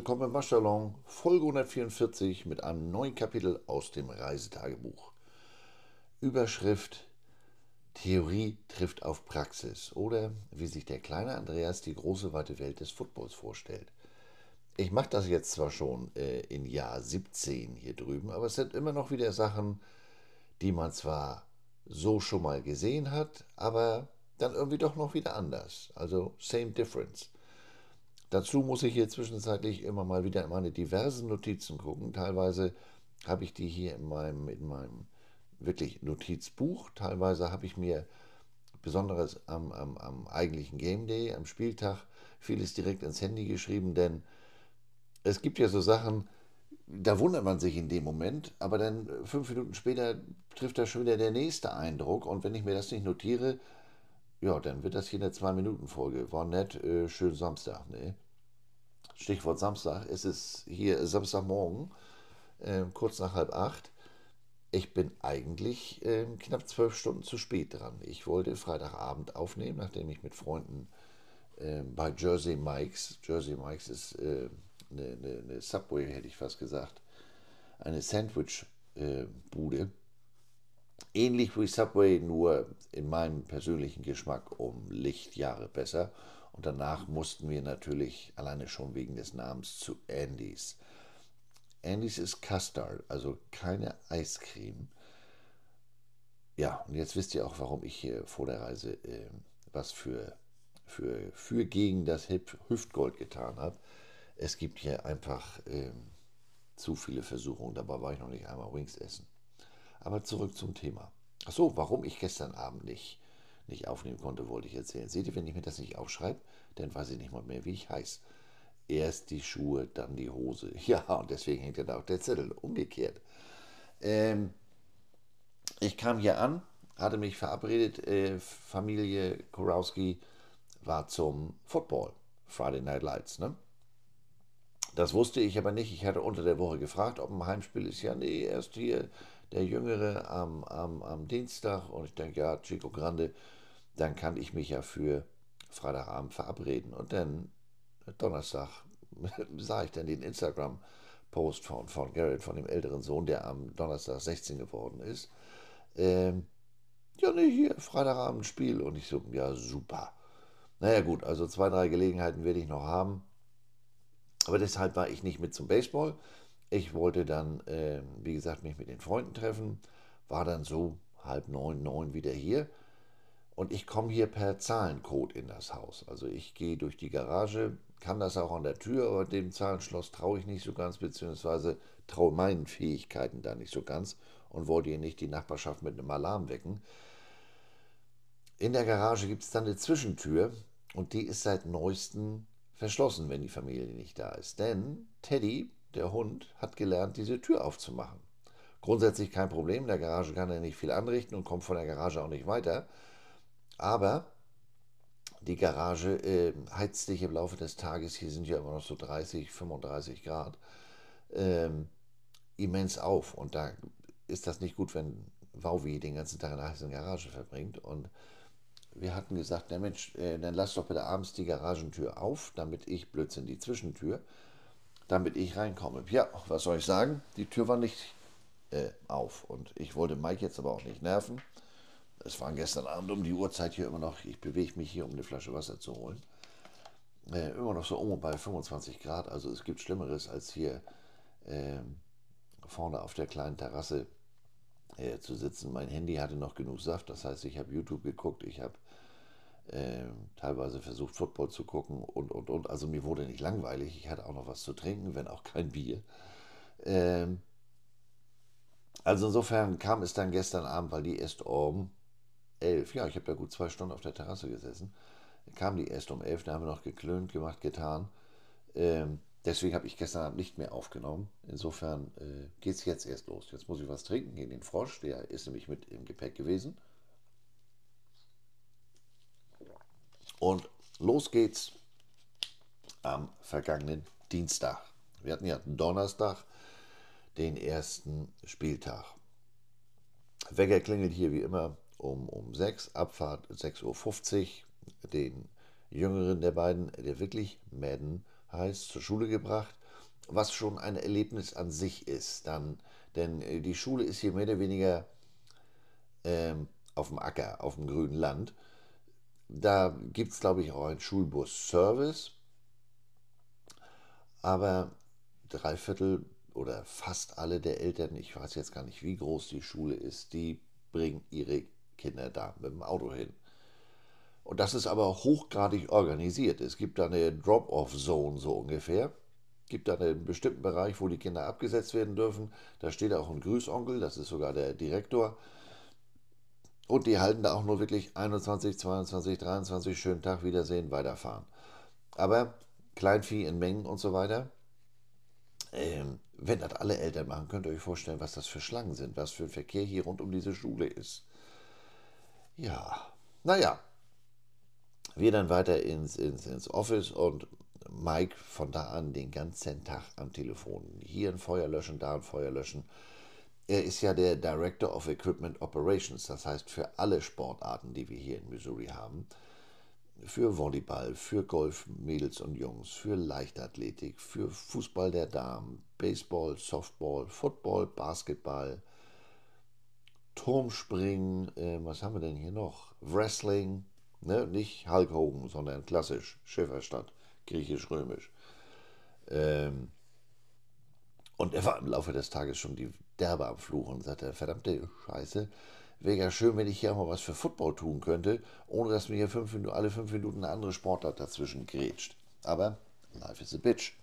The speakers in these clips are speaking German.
willkommen im Waschsalon, Folge 144 mit einem neuen Kapitel aus dem Reisetagebuch. Überschrift: Theorie trifft auf Praxis oder wie sich der kleine Andreas die große weite Welt des Footballs vorstellt. Ich mache das jetzt zwar schon in Jahr 17 hier drüben, aber es sind immer noch wieder Sachen, die man zwar so schon mal gesehen hat, aber dann irgendwie doch noch wieder anders. Also same difference. Dazu muss ich hier zwischenzeitlich immer mal wieder in meine diversen Notizen gucken. Teilweise habe ich die hier in meinem wirklich Notizbuch. Teilweise habe ich mir Besonderes am eigentlichen Game Day, am Spieltag, vieles direkt ins Handy geschrieben, denn es gibt ja so Sachen, da wundert man sich in dem Moment, aber dann 5 Minuten später trifft da schon wieder der nächste Eindruck und wenn ich mir das nicht notiere, ja, dann wird das hier eine 2-Minuten-Folge. War nett, schönen Samstag, ne? Stichwort Samstag. Es ist hier Samstagmorgen, kurz nach halb acht. Ich bin eigentlich knapp 12 Stunden zu spät dran. Ich wollte Freitagabend aufnehmen, nachdem ich mit Freunden bei Jersey Mike's ist eine Subway, hätte ich fast gesagt, eine Sandwich-Bude. Ähnlich wie Subway, nur in meinem persönlichen Geschmack um Lichtjahre besser. Und danach mussten wir natürlich alleine schon wegen des Namens zu Andy's. Andy's ist Custard, also keine Eiscreme. Ja, und jetzt wisst ihr auch, warum ich hier vor der Reise was für gegen das Hüftgold getan habe. Es gibt hier einfach zu viele Versuchungen. Dabei war ich noch nicht einmal Wings essen. Aber zurück zum Thema. Ach so, warum ich gestern Abend nicht aufnehmen konnte, wollte ich erzählen. Seht ihr, wenn ich mir das nicht aufschreibe, dann weiß ich nicht mal mehr, wie ich heiße. Erst die Schuhe, dann die Hose. Ja, und deswegen hängt ja da auch der Zettel. Umgekehrt. Ähm, Ich kam hier an, hatte mich verabredet, Familie Kurowski war zum Football, Friday Night Lights, ne? Das wusste ich aber nicht. Ich hatte unter der Woche gefragt, ob ein Heimspiel ist. Ja, nee, erst hier der Jüngere am Dienstag. Und ich denke, ja, Chico Grande, dann kann ich mich ja für Freitagabend verabreden. Und dann Donnerstag sah ich dann den Instagram-Post von Garrett, von dem älteren Sohn, der am Donnerstag 16 geworden ist. Ähm, ja, nee, hier, Freitagabend Spiel. Und ich so, ja, super. Naja, gut, also 2, 3 Gelegenheiten werde ich noch haben. Aber deshalb war ich nicht mit zum Baseball. Ich wollte dann, wie gesagt, mich mit den Freunden treffen. War dann so halb neun, neun wieder hier. Und ich komme hier per Zahlencode in das Haus. Also ich gehe durch die Garage, kann das auch an der Tür, aber dem Zahlenschloss traue ich nicht so ganz, beziehungsweise traue meinen Fähigkeiten da nicht so ganz und wollte hier nicht die Nachbarschaft mit einem Alarm wecken. In der Garage gibt es dann eine Zwischentür und die ist seit neuestem verschlossen, wenn die Familie nicht da ist. Denn Teddy, der Hund, hat gelernt, diese Tür aufzumachen. Grundsätzlich kein Problem, in der Garage kann er nicht viel anrichten und kommt von der Garage auch nicht weiter. Aber die Garage heizt sich im Laufe des Tages, hier sind ja immer noch so 30, 35 Grad, ähm, immens auf. Und da ist das nicht gut, wenn Wauwi den ganzen Tag in der heißen Garage verbringt. Und wir hatten gesagt, na Mensch, dann lass doch bitte abends die Garagentür auf, damit ich, Blödsinn, die Zwischentür, damit ich reinkomme. Ja, was soll ich sagen? Die Tür war nicht auf und ich wollte Mike jetzt aber auch nicht nerven. Es war gestern Abend um die Uhrzeit hier immer noch, ich bewege mich hier, um eine Flasche Wasser zu holen. Immer noch so um und bei 25 Grad, also es gibt Schlimmeres als hier äh, vorne auf der kleinen Terrasse zu sitzen. Mein Handy hatte noch genug Saft, das heißt, ich habe YouTube geguckt, ich habe teilweise versucht, Football zu gucken und. Also mir wurde nicht langweilig. Ich hatte auch noch was zu trinken, wenn auch kein Bier. Ähm, also insofern kam es dann gestern Abend, weil die erst um 11, ja, ich habe ja gut 2 Stunden auf der Terrasse gesessen, kam die erst um 11, da haben wir noch geklönt, gemacht, getan. Deswegen habe ich gestern Abend nicht mehr aufgenommen. Insofern geht es jetzt erst los. Jetzt muss ich was trinken gegen den Frosch, der ist nämlich mit im Gepäck gewesen. Und los geht's am vergangenen Dienstag. Wir hatten ja Donnerstag den ersten Spieltag. Wecker klingelt hier wie immer um 6, Abfahrt 6:50 Uhr. Den jüngeren der beiden, der wirklich Madden heißt, zur Schule gebracht. was schon ein Erlebnis an sich ist. Denn die Schule ist hier mehr oder weniger auf dem Acker, auf dem grünen Land. Da gibt es, glaube ich, auch einen Schulbus-Service, aber drei Viertel oder fast alle der Eltern, ich weiß jetzt gar nicht, wie groß die Schule ist, die bringen ihre Kinder da mit dem Auto hin. Und das ist aber hochgradig organisiert. Es gibt da eine Drop-off-Zone so ungefähr. Es gibt da einen bestimmten Bereich, wo die Kinder abgesetzt werden dürfen. Da steht auch ein Grüßonkel, das ist sogar der Direktor. Und die halten da auch nur wirklich 21, 22, 23, schönen Tag, Wiedersehen, weiterfahren. Aber Kleinvieh in Mengen und so weiter. Wenn das alle Eltern machen, könnt ihr euch vorstellen, was das für Schlangen sind, was für ein Verkehr hier rund um diese Schule ist. Ja, naja, wir dann weiter ins Office und Mike von da an den ganzen Tag am Telefon. Hier ein Feuer löschen, da ein Feuer löschen. Er ist ja der Director of Equipment Operations, das heißt für alle Sportarten, die wir hier in Missouri haben. Für Volleyball, für Golf, Mädels und Jungs, für Leichtathletik, für Fußball der Damen, Baseball, Softball, Football, Basketball, Turmspringen, was haben wir denn hier noch? Wrestling, ne? Nicht Hulk Hogan, sondern klassisch, Schifferstadt, griechisch-römisch. Ähm, und er war im Laufe des Tages schon die derbe am Fluchen und sagte, verdammte Scheiße, wäre ja schön, wenn ich hier auch mal was für Football tun könnte, ohne dass mir hier alle 5 Minuten eine andere Sportart dazwischen grätscht. Aber life is a bitch.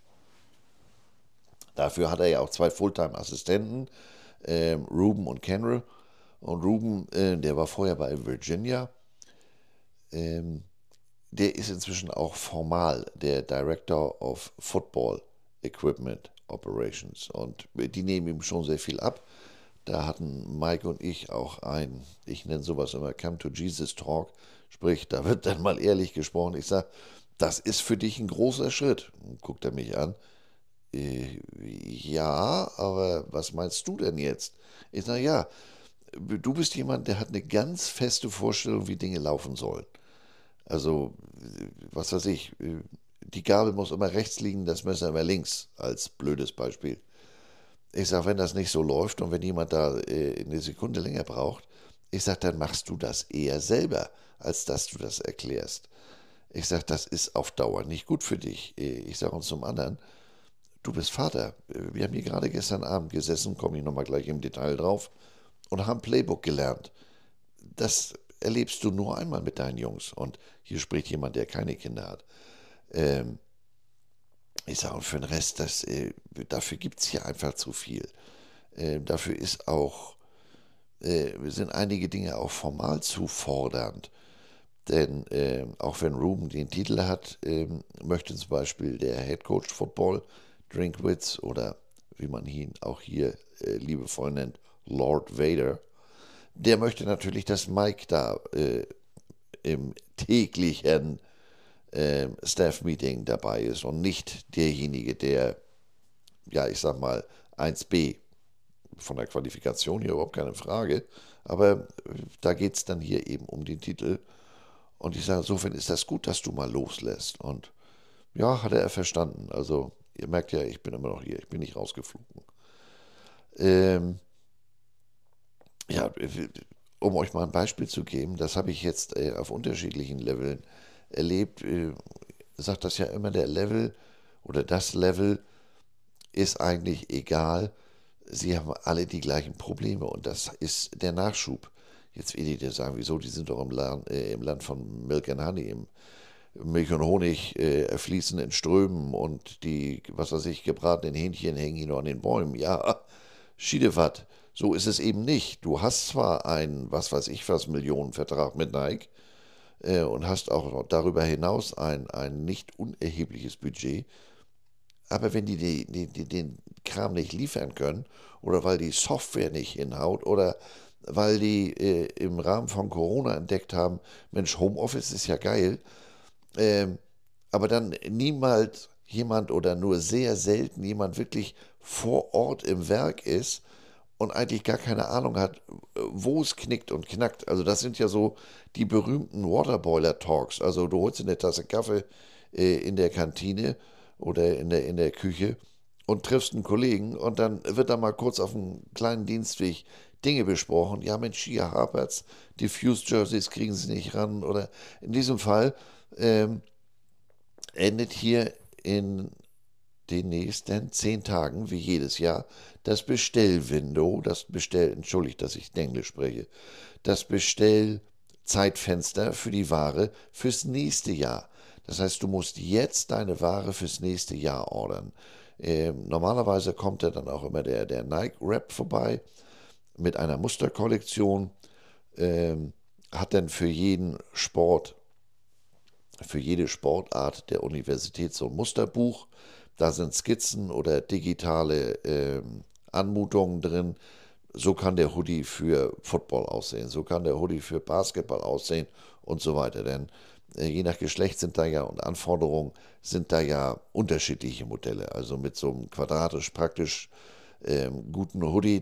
Dafür hat er ja auch zwei Fulltime-Assistenten, Ruben und Kenry. Und Ruben, der war vorher bei Virginia, ähm, der ist inzwischen auch formal der Director of Football Equipment Operations. Und die nehmen ihm schon sehr viel ab. Da hatten Mike und ich auch ein, ich nenne sowas immer Come to Jesus Talk, sprich, da wird dann mal ehrlich gesprochen. Ich sage, das ist für dich ein großer Schritt. Und guckt er mich an. Ja, aber was meinst du denn jetzt? Ich sage, ja, du bist jemand, der hat eine ganz feste Vorstellung, wie Dinge laufen sollen. Also, was weiß ich, die Gabel muss immer rechts liegen, das Messer immer links, als blödes Beispiel. Ich sage, wenn das nicht so läuft und wenn jemand da eine Sekunde länger braucht, ich sage, dann machst du das eher selber, als dass du das erklärst. Ich sage, das ist auf Dauer nicht gut für dich. Ich sage uns zum anderen, du bist Vater. Wir haben hier gerade gestern Abend gesessen, komme ich nochmal gleich im Detail drauf, und haben Playbook gelernt. Das erlebst du nur einmal mit deinen Jungs. Und hier spricht jemand, der keine Kinder hat. Ähm, Ich sage, und für den Rest, dafür gibt es hier einfach zu viel. Dafür sind einige Dinge auch formal zu fordernd. Denn auch wenn Ruben den Titel hat, möchte zum Beispiel der Head Coach Football, Drinkwitz, oder wie man ihn auch hier liebevoll nennt, Lord Vader, der möchte natürlich, dass Mike da im täglichen Staff-Meeting dabei ist und nicht derjenige, der, ja, ich sag mal, 1b von der Qualifikation hier überhaupt keine Frage, aber da geht es dann hier eben um den Titel. Und ich sage, insofern ist das gut, dass du mal loslässt. Und ja, hat er verstanden. Also, ihr merkt ja, ich bin immer noch hier, ich bin nicht rausgeflogen. Ähm, ja, um euch mal ein Beispiel zu geben, das habe ich jetzt auf unterschiedlichen Leveln erlebt. Sagt das ja immer, der Level oder das Level ist eigentlich egal. Sie haben alle die gleichen Probleme und das ist der Nachschub. Jetzt will ich dir sagen, wieso? Die sind doch im Land von Milk and Honey, im Milch und Honig fließen in Strömen und die, was weiß ich, gebratenen Hähnchen hängen hier noch an den Bäumen. Ja, Schiedewat. So ist es eben nicht. Du hast zwar einen, was weiß ich was, Millionenvertrag mit Nike und hast auch noch darüber hinaus ein nicht unerhebliches Budget, aber wenn die den Kram nicht liefern können oder weil die Software nicht hinhaut oder weil die im Rahmen von Corona entdeckt haben, Mensch, Homeoffice ist ja geil, ähm, aber dann niemals jemand oder nur sehr selten jemand wirklich vor Ort im Werk ist und eigentlich gar keine Ahnung hat, wo es knickt und knackt. Also das sind ja so die berühmten Waterboiler-Talks. Also du holst eine Tasse Kaffee in der Kantine oder in der Küche und triffst einen Kollegen und dann wird da mal kurz auf einem kleinen Dienstweg Dinge besprochen. Ja, Mensch, hier hapert's, Diffuse Jerseys kriegen sie nicht ran. Oder in diesem Fall ähm, endet hier in den nächsten 10 Tagen, wie jedes Jahr, das Bestellwindow, entschuldigt, dass ich Englisch spreche, das Bestellzeitfenster für die Ware fürs nächste Jahr. Das heißt, du musst jetzt deine Ware fürs nächste Jahr ordern. Normalerweise kommt ja dann auch immer der Nike-Rap vorbei mit einer Musterkollektion, hat dann für jede Sportart der Universität so ein Musterbuch. Da sind Skizzen oder digitale Anmutungen drin. So kann der Hoodie für Football aussehen, so kann der Hoodie für Basketball aussehen und so weiter. Denn je nach Geschlecht sind da ja und Anforderungen sind da ja unterschiedliche Modelle. Also mit so einem quadratisch praktisch guten Hoodie,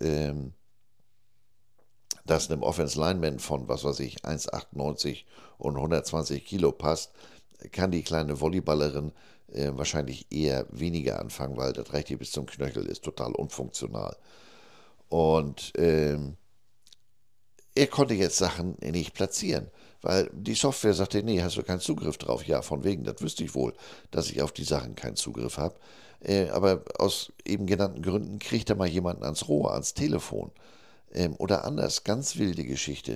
das einem Offense Lineman von, was weiß ich, 1,98 und 120 Kilo passt, kann die kleine Volleyballerin wahrscheinlich eher weniger anfangen, weil das reicht hier bis zum Knöchel, ist total unfunktional. Und er konnte jetzt Sachen nicht platzieren, weil die Software sagte, nee, hast du keinen Zugriff drauf. Ja, von wegen, das wüsste ich wohl, dass ich auf die Sachen keinen Zugriff habe. Aber aus eben genannten Gründen kriegt er mal jemanden ans Rohr, ans Telefon. Oder anders, ganz wilde Geschichte.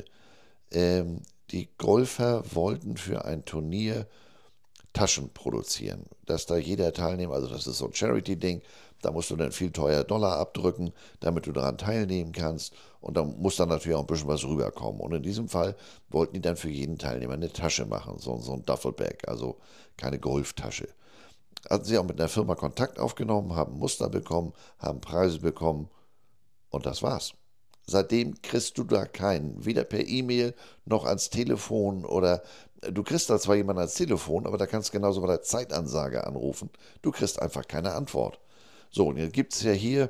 Die Golfer wollten für ein Turnier Taschen produzieren, dass da jeder teilnehmen, also das ist so ein Charity-Ding, da musst du dann viel teuer Dollar abdrücken, damit du daran teilnehmen kannst und dann muss dann natürlich auch ein bisschen was rüberkommen. Und in diesem Fall wollten die dann für jeden Teilnehmer eine Tasche machen, so ein Duffelbag, also keine Golftasche. Hatten sie auch mit einer Firma Kontakt aufgenommen, haben Muster bekommen, haben Preise bekommen und das war's. Seitdem kriegst du da keinen, weder per E-Mail noch ans Telefon oder du kriegst da zwar jemanden ans Telefon, aber da kannst du genauso bei der Zeitansage anrufen. Du kriegst einfach keine Antwort. So, und jetzt gibt es ja hier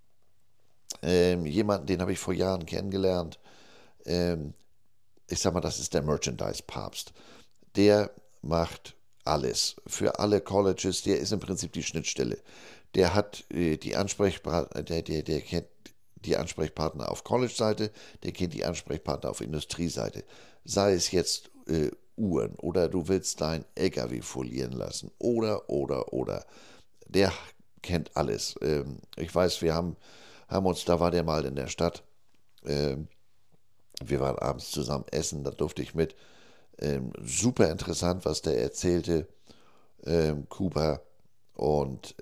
jemanden, den habe ich vor Jahren kennengelernt. Ähm, Ich sag mal, das ist der Merchandise-Papst. Der macht alles für alle Colleges, der ist im Prinzip die Schnittstelle. Der hat die Ansprechpartner, der kennt die Ansprechpartner auf College-Seite, der kennt die Ansprechpartner auf Industrieseite. Sei es jetzt Uhren oder du willst dein LKW folieren lassen oder. Der kennt alles. Ich weiß, haben uns, da war der mal in der Stadt, ähm, wir waren abends zusammen essen, da durfte ich mit. Super interessant, was der erzählte, Cooper. Und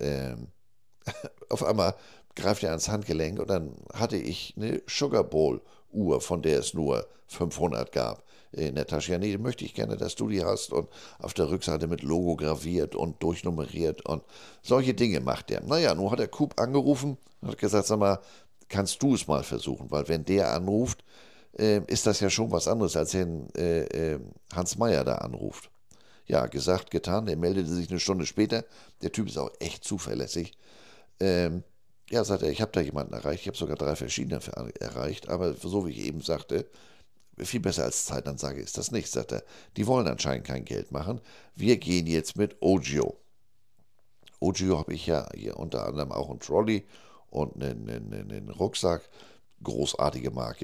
auf einmal greift er ans Handgelenk und dann hatte ich eine Sugar Bowl Uhr, von der es nur 500 gab in der Tasche. Ja, nee, möchte ich gerne, dass du die hast und auf der Rückseite mit Logo graviert und durchnummeriert und solche Dinge macht der. Naja, nun hat der Coop angerufen und hat gesagt, sag mal, kannst du es mal versuchen, weil wenn der anruft, ist das ja schon was anderes, als wenn Hans Meyer da anruft. Ja, gesagt, getan, der meldete sich eine Stunde später. Der Typ ist auch echt zuverlässig. Ähm, ja, sagt er, ich habe da jemanden erreicht, ich habe sogar 3 verschiedene erreicht, aber so wie ich eben sagte, viel besser als Zeitansage ist das nicht, sagt er. Die wollen anscheinend kein Geld machen. Wir gehen jetzt mit Ogio. Ogio habe ich ja hier unter anderem auch einen Trolley und einen Rucksack. Großartige Marke.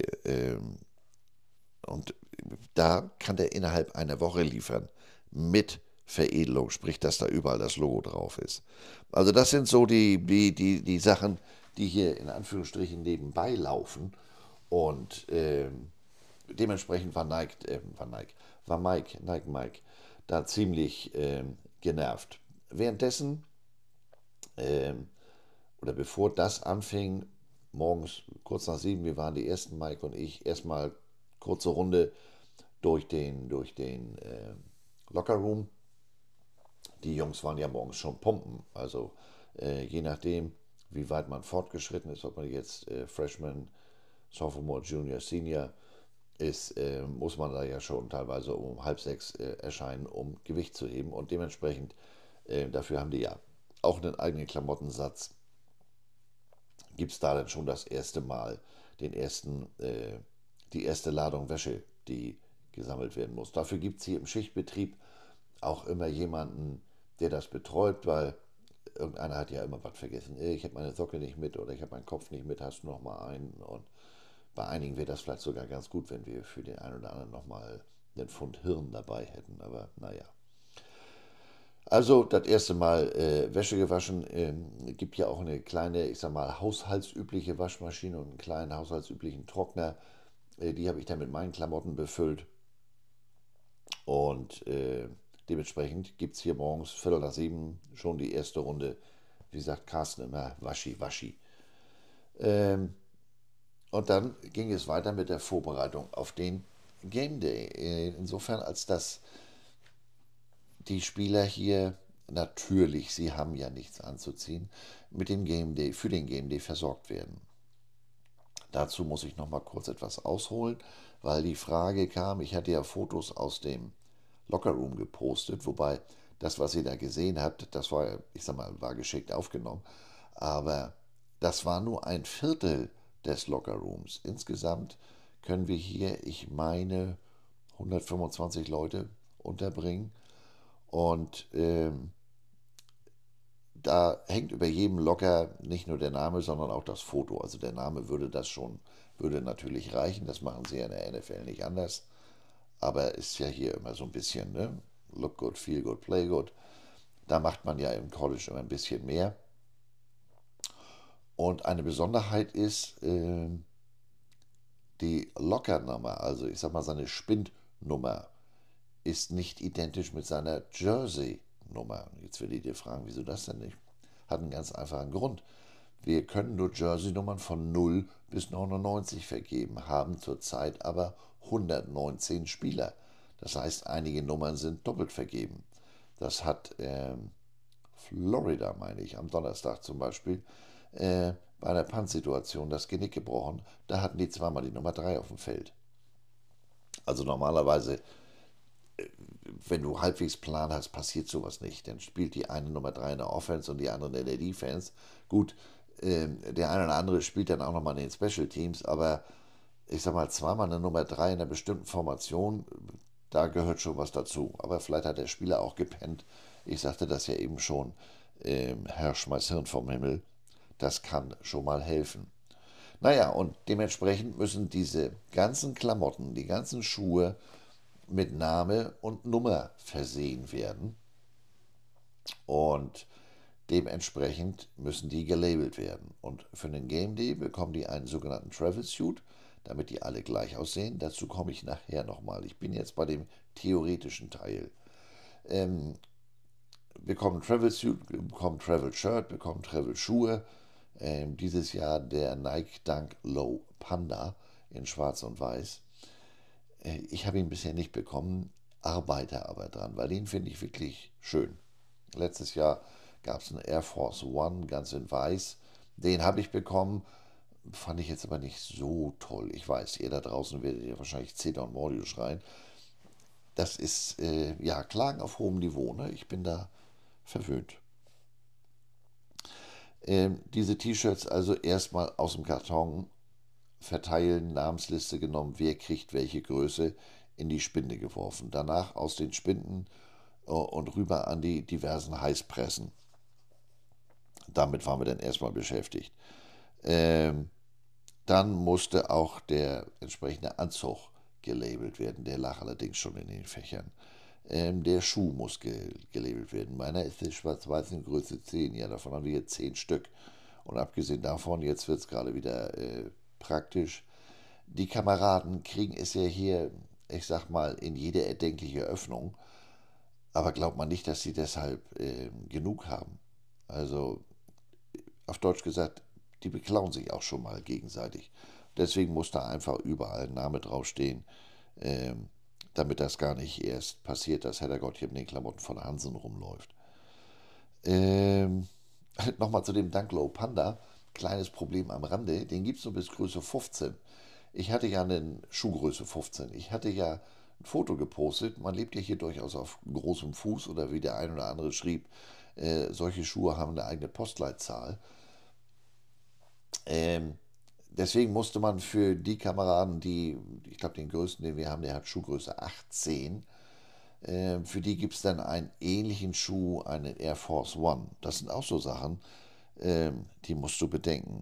Und da kann der innerhalb einer Woche liefern. Mit Veredelung, sprich, dass da überall das Logo drauf ist. Also das sind so die Sachen, die hier in Anführungsstrichen nebenbei laufen. Und dementsprechend war Mike da ziemlich genervt. Währenddessen, ähm, oder bevor das anfing, morgens kurz nach 7, wir waren die ersten, Mike und ich, erstmal kurze Runde durch den Lockerroom. Die Jungs waren ja morgens schon pumpen. Also je nachdem, wie weit man fortgeschritten ist, ob man jetzt Freshman, Sophomore, Junior, Senior ist, muss man da ja schon teilweise um halb 6 erscheinen, um Gewicht zu heben. Und dementsprechend, dafür haben die ja auch einen eigenen Klamottensatz. Gibt es da dann schon das erste Mal die erste Ladung Wäsche, die gesammelt werden muss. Dafür gibt es hier im Schichtbetrieb auch immer jemanden, der das betreut, weil irgendeiner hat ja immer was vergessen. Ich habe meine Socke nicht mit oder ich habe meinen Kopf nicht mit, hast du noch mal einen? Und bei einigen wäre das vielleicht sogar ganz gut, wenn wir für den einen oder anderen noch mal einen Pfund Hirn dabei hätten. Aber naja. Also das erste Mal Wäsche gewaschen. Gibt ja auch eine kleine, ich sag mal, haushaltsübliche Waschmaschine und einen kleinen haushaltsüblichen Trockner. Die habe ich dann mit meinen Klamotten befüllt. Und dementsprechend gibt es hier morgens Viertel nach sieben schon die erste Runde. Wie sagt Carsten immer, Waschi, Waschi. Ähm, und dann ging es weiter mit der Vorbereitung auf den Game Day. Insofern, als dass die Spieler hier natürlich, sie haben ja nichts anzuziehen, mit dem Game Day, für den Game Day versorgt werden. Dazu muss ich noch mal kurz etwas ausholen, weil die Frage kam, ich hatte ja Fotos aus dem Lockerroom gepostet, wobei das, was ihr da gesehen habt, das war, ich sag mal, war geschickt aufgenommen, aber das war nur ein Viertel des Lockerrooms. Insgesamt können wir hier, ich meine, 125 Leute unterbringen und da hängt über jedem Locker nicht nur der Name, sondern auch das Foto. Also der Name würde natürlich reichen. Das machen sie ja in der NFL nicht anders. Aber ist ja hier immer so ein bisschen, ne? Look good, feel good, play good. Da macht man ja im College immer ein bisschen mehr. Und eine Besonderheit ist, die Lockernummer, also ich sag mal seine Spindnummer, ist nicht identisch mit seiner Jersey-Nummer. Jetzt will ich dir fragen, wieso das denn nicht? Hat einen ganz einfachen Grund. Wir können nur Jersey-Nummern von 0 bis 99 vergeben, haben zurzeit aber 119 Spieler. Das heißt, einige Nummern sind doppelt vergeben. Das hat Florida, meine ich, am Donnerstag zum Beispiel, bei einer Puntsituation das Genick gebrochen. Da hatten die zweimal die Nummer 3 auf dem Feld. Also normalerweise, wenn du halbwegs Plan hast, passiert sowas nicht. Dann spielt die eine Nummer 3 in der Offense und die andere in der Defense. Gut, der eine oder andere spielt dann auch nochmal in den Special Teams, aber ich sag mal, zweimal eine Nummer 3 in einer bestimmten Formation, da gehört schon was dazu. Aber vielleicht hat der Spieler auch gepennt. Ich sagte das ja eben schon, Herr schmeiß Hirn vom Himmel. Das kann schon mal helfen. Naja, und dementsprechend müssen diese ganzen Klamotten, die ganzen Schuhe mit Name und Nummer versehen werden. Und dementsprechend müssen die gelabelt werden. Und für den Game Day bekommen die einen sogenannten Travel Suit, damit die alle gleich aussehen. Dazu komme ich nachher nochmal. Ich bin jetzt bei dem theoretischen Teil. Bekommen Travel Suit, bekommen Travel Shirt, bekommen Travel Schuhe. Dieses Jahr der Nike Dunk Low Panda in Schwarz und Weiß. Ich habe ihn bisher nicht bekommen, arbeite aber dran, weil den finde ich wirklich schön. Letztes Jahr gab es einen Air Force One, ganz in weiß. Den habe ich bekommen, fand ich jetzt aber nicht so toll. Ich weiß, ihr da draußen werdet ja wahrscheinlich Zeta und Mordio schreien. Das ist, ja, Klagen auf hohem Niveau, ne? Ich bin da verwöhnt. Diese T-Shirts also erstmal aus dem Karton verteilen, Namensliste genommen, wer kriegt welche Größe, in die Spinde geworfen. Danach aus den Spinden und rüber an die diversen Heißpressen. Damit waren wir dann erstmal beschäftigt. Dann musste auch der entsprechende Anzug gelabelt werden. Der lag allerdings schon in den Fächern. Der Schuh muss gelabelt werden. Meiner ist der schwarz-weiß in Größe 10. Ja, davon haben wir jetzt 10 Stück. Und abgesehen davon, jetzt wird es gerade wieder praktisch. Die Kameraden kriegen es ja hier, ich sag mal, in jede erdenkliche Öffnung. Aber glaubt man nicht, dass sie deshalb genug haben. Also auf Deutsch gesagt, die beklauen sich auch schon mal gegenseitig. Deswegen muss da einfach überall ein Name draufstehen, ähm, damit das gar nicht erst passiert, dass Heddergott hier mit den Klamotten von Hansen rumläuft. Ähm, Nochmal zu dem Dunklow Panda. Kleines Problem am Rande, den gibt es nur bis Größe 15. Ich hatte ja eine Schuhgröße 15. Ich hatte ja ein Foto gepostet. Man lebt ja hier durchaus auf großem Fuß oder wie der ein oder andere schrieb, solche Schuhe haben eine eigene Postleitzahl. Ähm, Deswegen musste man für die Kameraden, die, ich glaube, den größten, den wir haben, der hat Schuhgröße 18. Für die gibt es dann einen ähnlichen Schuh, einen Air Force One. Das sind auch so Sachen, die musst du bedenken.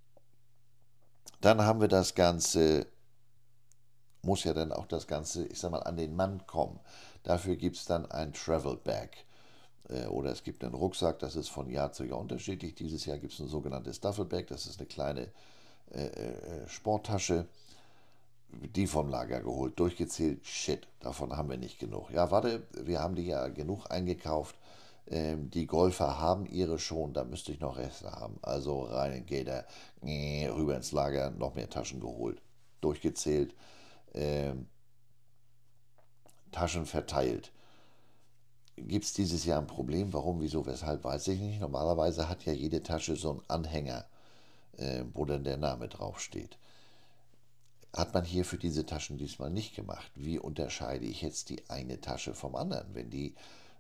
Dann haben wir das Ganze, muss ja dann auch das Ganze, ich sag mal, an den Mann kommen. Dafür gibt es dann ein Travel Bag. Oder es gibt einen Rucksack, das ist von Jahr zu Jahr unterschiedlich. Dieses Jahr gibt es ein sogenanntes Duffelbag, das ist eine kleine Sporttasche, die vom Lager geholt, durchgezählt. Shit, davon haben wir nicht genug. Ja, warte, wir haben die ja genug eingekauft. Die Golfer haben ihre schon, da müsste ich noch Reste haben. Also rein in Gator, rüber ins Lager, noch mehr Taschen geholt. Durchgezählt, ähm, Taschen verteilt. Gibt es dieses Jahr ein Problem? Warum, wieso, weshalb, weiß ich nicht. Normalerweise hat ja jede Tasche so einen Anhänger, wo dann der Name draufsteht. Hat man hier für diese Taschen diesmal nicht gemacht. Wie unterscheide ich jetzt die eine Tasche vom anderen, wenn die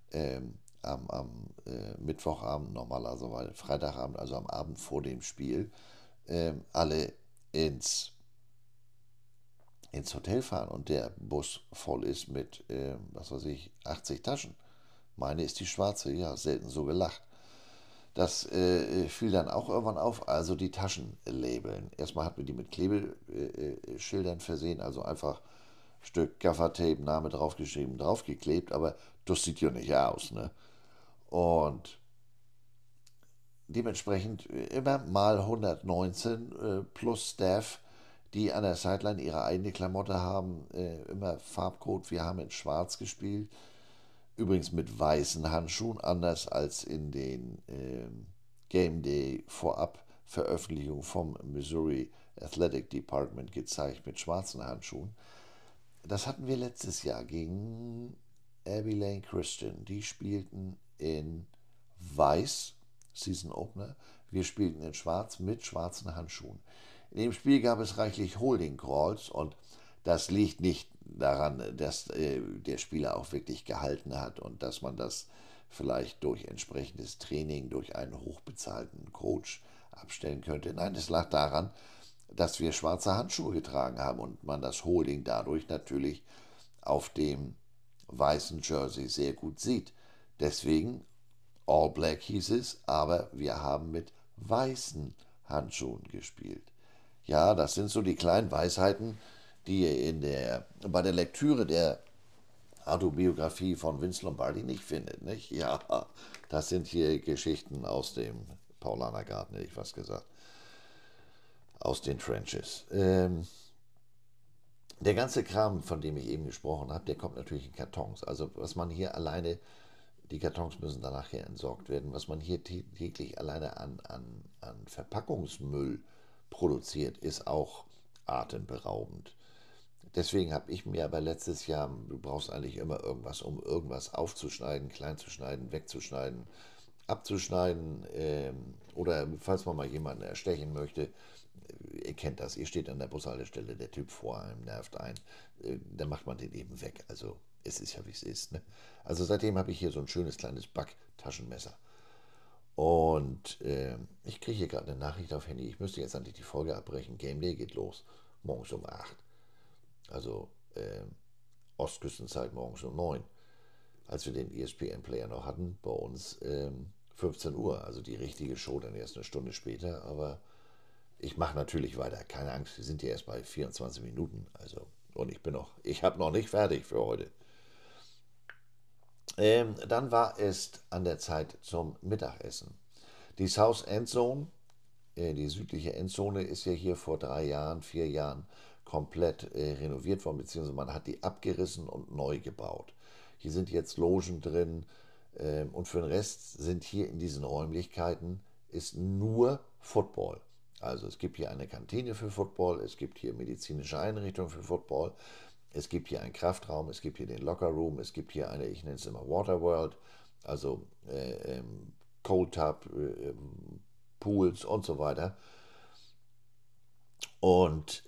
am Mittwochabend, normalerweise Freitagabend, also am Abend vor dem Spiel, alle ins, ins Hotel fahren und der Bus voll ist mit, was weiß ich, 80 Taschen. Meine ist die schwarze, ja, selten so gelacht. Das fiel dann auch irgendwann auf, also die Taschen labeln. Erstmal hatten wir die mit Klebeschildern versehen, also einfach Stück Gaffertape, Name draufgeschrieben, draufgeklebt, aber das sieht ja nicht aus, ne? Und dementsprechend immer mal 119 plus Staff, die an der Sideline ihre eigene Klamotte haben, immer Farbcode. Wir haben in Schwarz gespielt, übrigens mit weißen Handschuhen, anders als in den Game Day vorab Veröffentlichung vom Missouri Athletic Department gezeigt mit schwarzen Handschuhen. Das hatten wir letztes Jahr gegen Abilene Christian. Die spielten in Weiß, Season Opener. Wir spielten in Schwarz mit schwarzen Handschuhen. In dem Spiel gab es reichlich Holding Calls und das liegt nicht daran, dass der Spieler auch wirklich gehalten hat und dass man das vielleicht durch entsprechendes Training, durch einen hochbezahlten Coach abstellen könnte. Nein, es lag daran, dass wir schwarze Handschuhe getragen haben und man das Holding dadurch natürlich auf dem weißen Jersey sehr gut sieht. Deswegen All Black hieß es, aber wir haben mit weißen Handschuhen gespielt. Ja, das sind so die kleinen Weisheiten, die ihr bei der Lektüre der Autobiografie von Vince Lombardi nicht findet. Nicht? Ja, das sind hier Geschichten aus dem Paulanergarten, hätte ich was gesagt, aus den Trenches. Der ganze Kram, von dem ich eben gesprochen habe, der kommt natürlich in Kartons. Also was man hier alleine, die Kartons müssen dann nachher entsorgt werden, was man hier täglich alleine an Verpackungsmüll produziert, ist auch atemberaubend. Deswegen habe ich mir aber letztes Jahr, du brauchst eigentlich immer irgendwas, um irgendwas aufzuschneiden, klein zu schneiden, wegzuschneiden, abzuschneiden oder falls man mal jemanden erstechen möchte, ihr kennt das, ihr steht an der Bushaltestelle, der Typ vor einem nervt ein, dann macht man den eben weg. Also es ist ja wie es ist. Ne? Also seitdem habe ich hier so ein schönes kleines Backtaschenmesser. Und ich kriege hier gerade eine Nachricht auf Handy, ich müsste jetzt eigentlich die Folge abbrechen. Game Day geht los, morgens um 8. Also Ostküstenzeit morgens um 9. Als wir den ESPN-Player noch hatten, bei uns 15 Uhr. Also die richtige Show dann erst eine Stunde später. Aber ich mache natürlich weiter. Keine Angst, wir sind ja erst bei 24 Minuten. Also, und ich habe noch nicht fertig für heute. Dann war es an der Zeit zum Mittagessen. Die South Endzone, die südliche Endzone, ist ja hier vor 3 Jahren, 4 Jahren komplett renoviert worden, beziehungsweise man hat die abgerissen und neu gebaut. Hier sind jetzt Logen drin und für den Rest sind hier in diesen Räumlichkeiten ist nur Football. Also es gibt hier eine Kantine für Football, es gibt hier medizinische Einrichtungen für Football, es gibt hier einen Kraftraum, es gibt hier den Locker Room, es gibt hier eine, ich nenne es immer Waterworld, also Cold Tub, Pools und so weiter. Und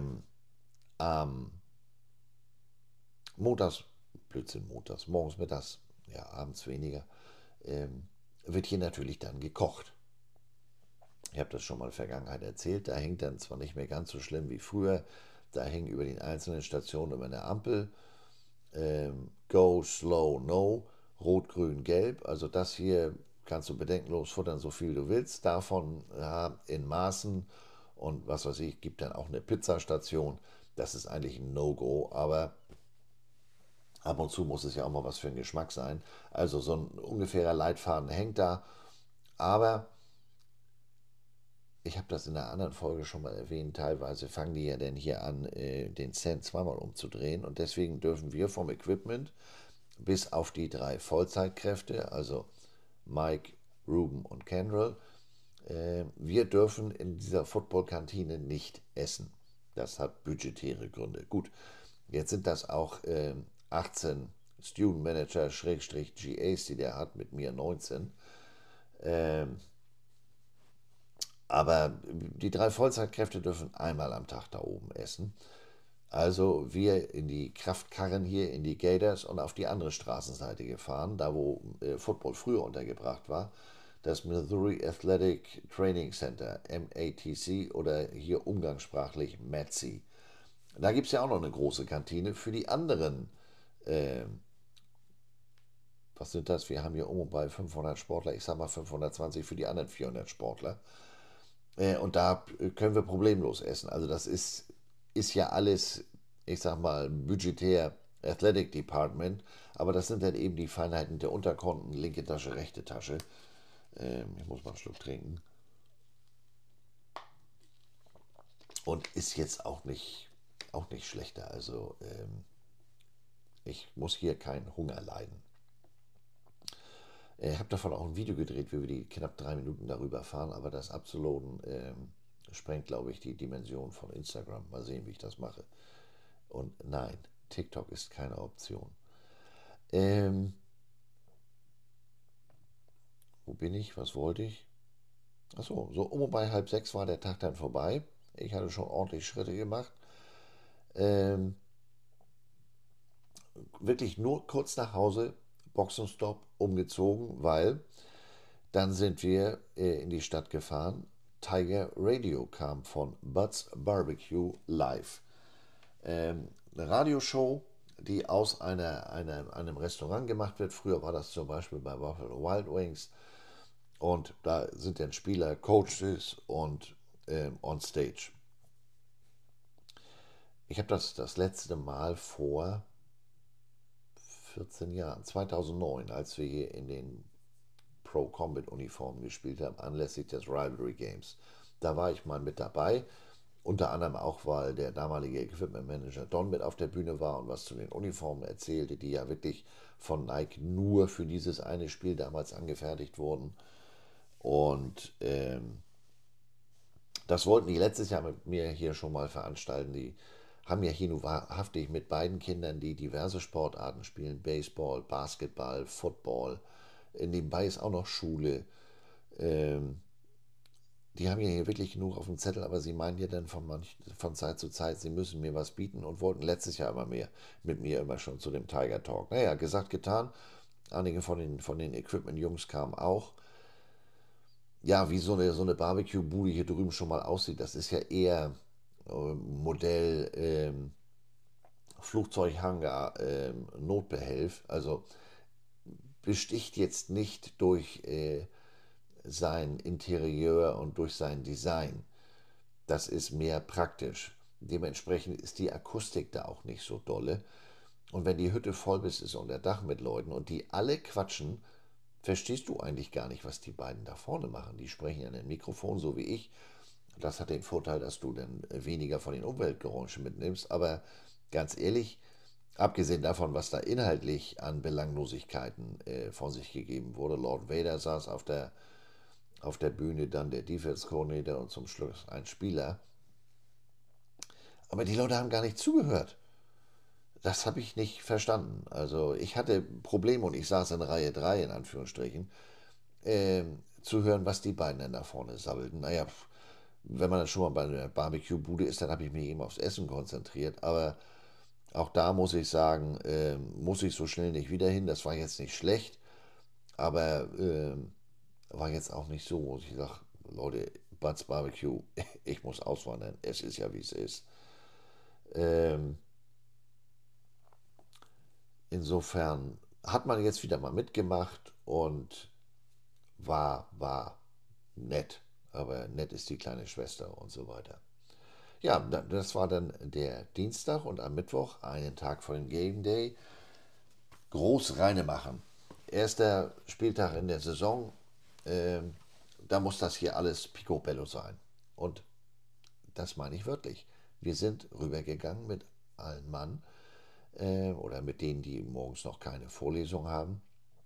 am Montags, Blödsinn, montags, morgens, mittags, ja, abends weniger, wird hier natürlich dann gekocht. Ich habe das schon mal in der Vergangenheit erzählt, da hängt dann zwar nicht mehr ganz so schlimm wie früher, da hängt über den einzelnen Stationen immer eine Ampel Go Slow No, Rot, Grün, Gelb. Also das hier kannst du bedenkenlos futtern, so viel du willst. Davon in Maßen und was weiß ich, gibt dann auch eine Pizzastation. Das ist eigentlich ein No-Go, aber ab und zu muss es ja auch mal was für einen Geschmack sein. Also so ein ungefährer Leitfaden hängt da. Aber ich habe das in einer anderen Folge schon mal erwähnt, teilweise fangen die ja dann hier an, den Cent zweimal umzudrehen. Und deswegen dürfen wir vom Equipment bis auf die drei Vollzeitkräfte, also Mike, Ruben und Kendall, wir dürfen in dieser Football-Kantine nicht essen. Das hat budgetäre Gründe. Gut, jetzt sind das auch 18 Student Manager GAs, die der hat, mit mir 19. Ähm, aber die drei Vollzeitkräfte dürfen einmal am Tag da oben essen. Also wir in die Kraftkarren hier, in die Gators und auf die andere Straßenseite gefahren, da wo Football früher untergebracht war. Das Missouri Athletic Training Center, MATC oder hier umgangssprachlich MATC. Da gibt es ja auch noch eine große Kantine für die anderen. Äh, Was sind das? Wir haben hier um und bei 500 Sportler, ich sag mal 520 für die anderen 400 Sportler. Und da können wir problemlos essen. Also ist ja alles, ich sag mal, budgetär Athletic Department, aber das sind dann eben die Feinheiten der Unterkonten, linke Tasche, rechte Tasche. Ich muss mal einen Schluck trinken. Und ist jetzt auch nicht schlechter. Also ich muss hier keinen Hunger leiden. Ich habe davon auch ein Video gedreht, wie wir die knapp 3 Minuten darüber fahren, aber das Uploaden sprengt, glaube ich, die Dimension von Instagram. Mal sehen, wie ich das mache. Und nein, TikTok ist keine Option. Ähm, Wo bin ich? Was wollte ich? Achso, so um und bei 5:30 war der Tag dann vorbei. Ich hatte schon ordentlich Schritte gemacht. Ähm, Wirklich nur kurz nach Hause, Boxenstopp, umgezogen, weil dann sind wir in die Stadt gefahren. Tiger Radio kam von Bud's Barbecue live. Eine Radioshow, die aus einem Restaurant gemacht wird. Früher war das zum Beispiel bei Buffalo Wild Wings. Und da sind dann Spieler, Coaches und on stage. Ich habe das letzte Mal vor 14 Jahren, 2009, als wir hier in den Pro Combat Uniformen gespielt haben, anlässlich des Rivalry Games. Da war ich mal mit dabei. Unter anderem auch, weil der damalige Equipment Manager Don mit auf der Bühne war und was zu den Uniformen erzählte, die ja wirklich von Nike nur für dieses eine Spiel damals angefertigt wurden. Und das wollten die letztes Jahr mit mir hier schon mal veranstalten. Die haben ja hier nur wahrhaftig mit beiden Kindern, die diverse Sportarten spielen: Baseball, Basketball, Football. Nebenbei ist auch noch Schule. Ähm, Die haben ja hier wirklich genug auf dem Zettel, aber sie meinen ja dann von Zeit zu Zeit, sie müssen mir was bieten und wollten letztes Jahr immer mehr mit mir immer schon zu dem Tiger Talk. Naja, gesagt, getan. Einige von den Equipment-Jungs kamen auch. Ja, wie so eine Barbecue-Bude hier drüben schon mal aussieht, das ist ja eher Modell Flugzeughangar, Notbehelf. Also besticht jetzt nicht durch sein Interieur und durch sein Design. Das ist mehr praktisch. Dementsprechend ist die Akustik da auch nicht so dolle. Und wenn die Hütte voll ist unter Dach mit Leuten und die alle quatschen, verstehst du eigentlich gar nicht, was die beiden da vorne machen. Die sprechen in ein Mikrofon, so wie ich. Das hat den Vorteil, dass du dann weniger von den Umweltgeräuschen mitnimmst. Aber ganz ehrlich, abgesehen davon, was da inhaltlich an Belanglosigkeiten von sich gegeben wurde, Lord Vader saß auf der Bühne, dann der Defense Coordinator und zum Schluss ein Spieler. Aber die Leute haben gar nicht zugehört. Das habe ich nicht verstanden. Also ich hatte Probleme und ich saß in Reihe 3 in Anführungsstrichen, zu hören, was die beiden dann da vorne sabbelten. Naja, wenn man dann schon mal bei einer Barbecue-Bude ist, dann habe ich mich eben aufs Essen konzentriert. Aber auch da muss ich sagen, muss ich so schnell nicht wieder hin. Das war jetzt nicht schlecht, aber war jetzt auch nicht so, wo ich sage, Leute, Bud's Barbecue, ich muss auswandern. Es ist ja, wie es ist. Ähm, insofern hat man jetzt wieder mal mitgemacht und war nett. Aber nett ist die kleine Schwester und so weiter. Ja, das war dann der Dienstag und am Mittwoch, einen Tag vor dem Game Day, groß reine machen. Erster Spieltag in der Saison, ähm, da muss das hier alles picobello sein. Und das meine ich wörtlich. Wir sind rübergegangen mit allen Mann oder mit denen, die morgens noch keine Vorlesung haben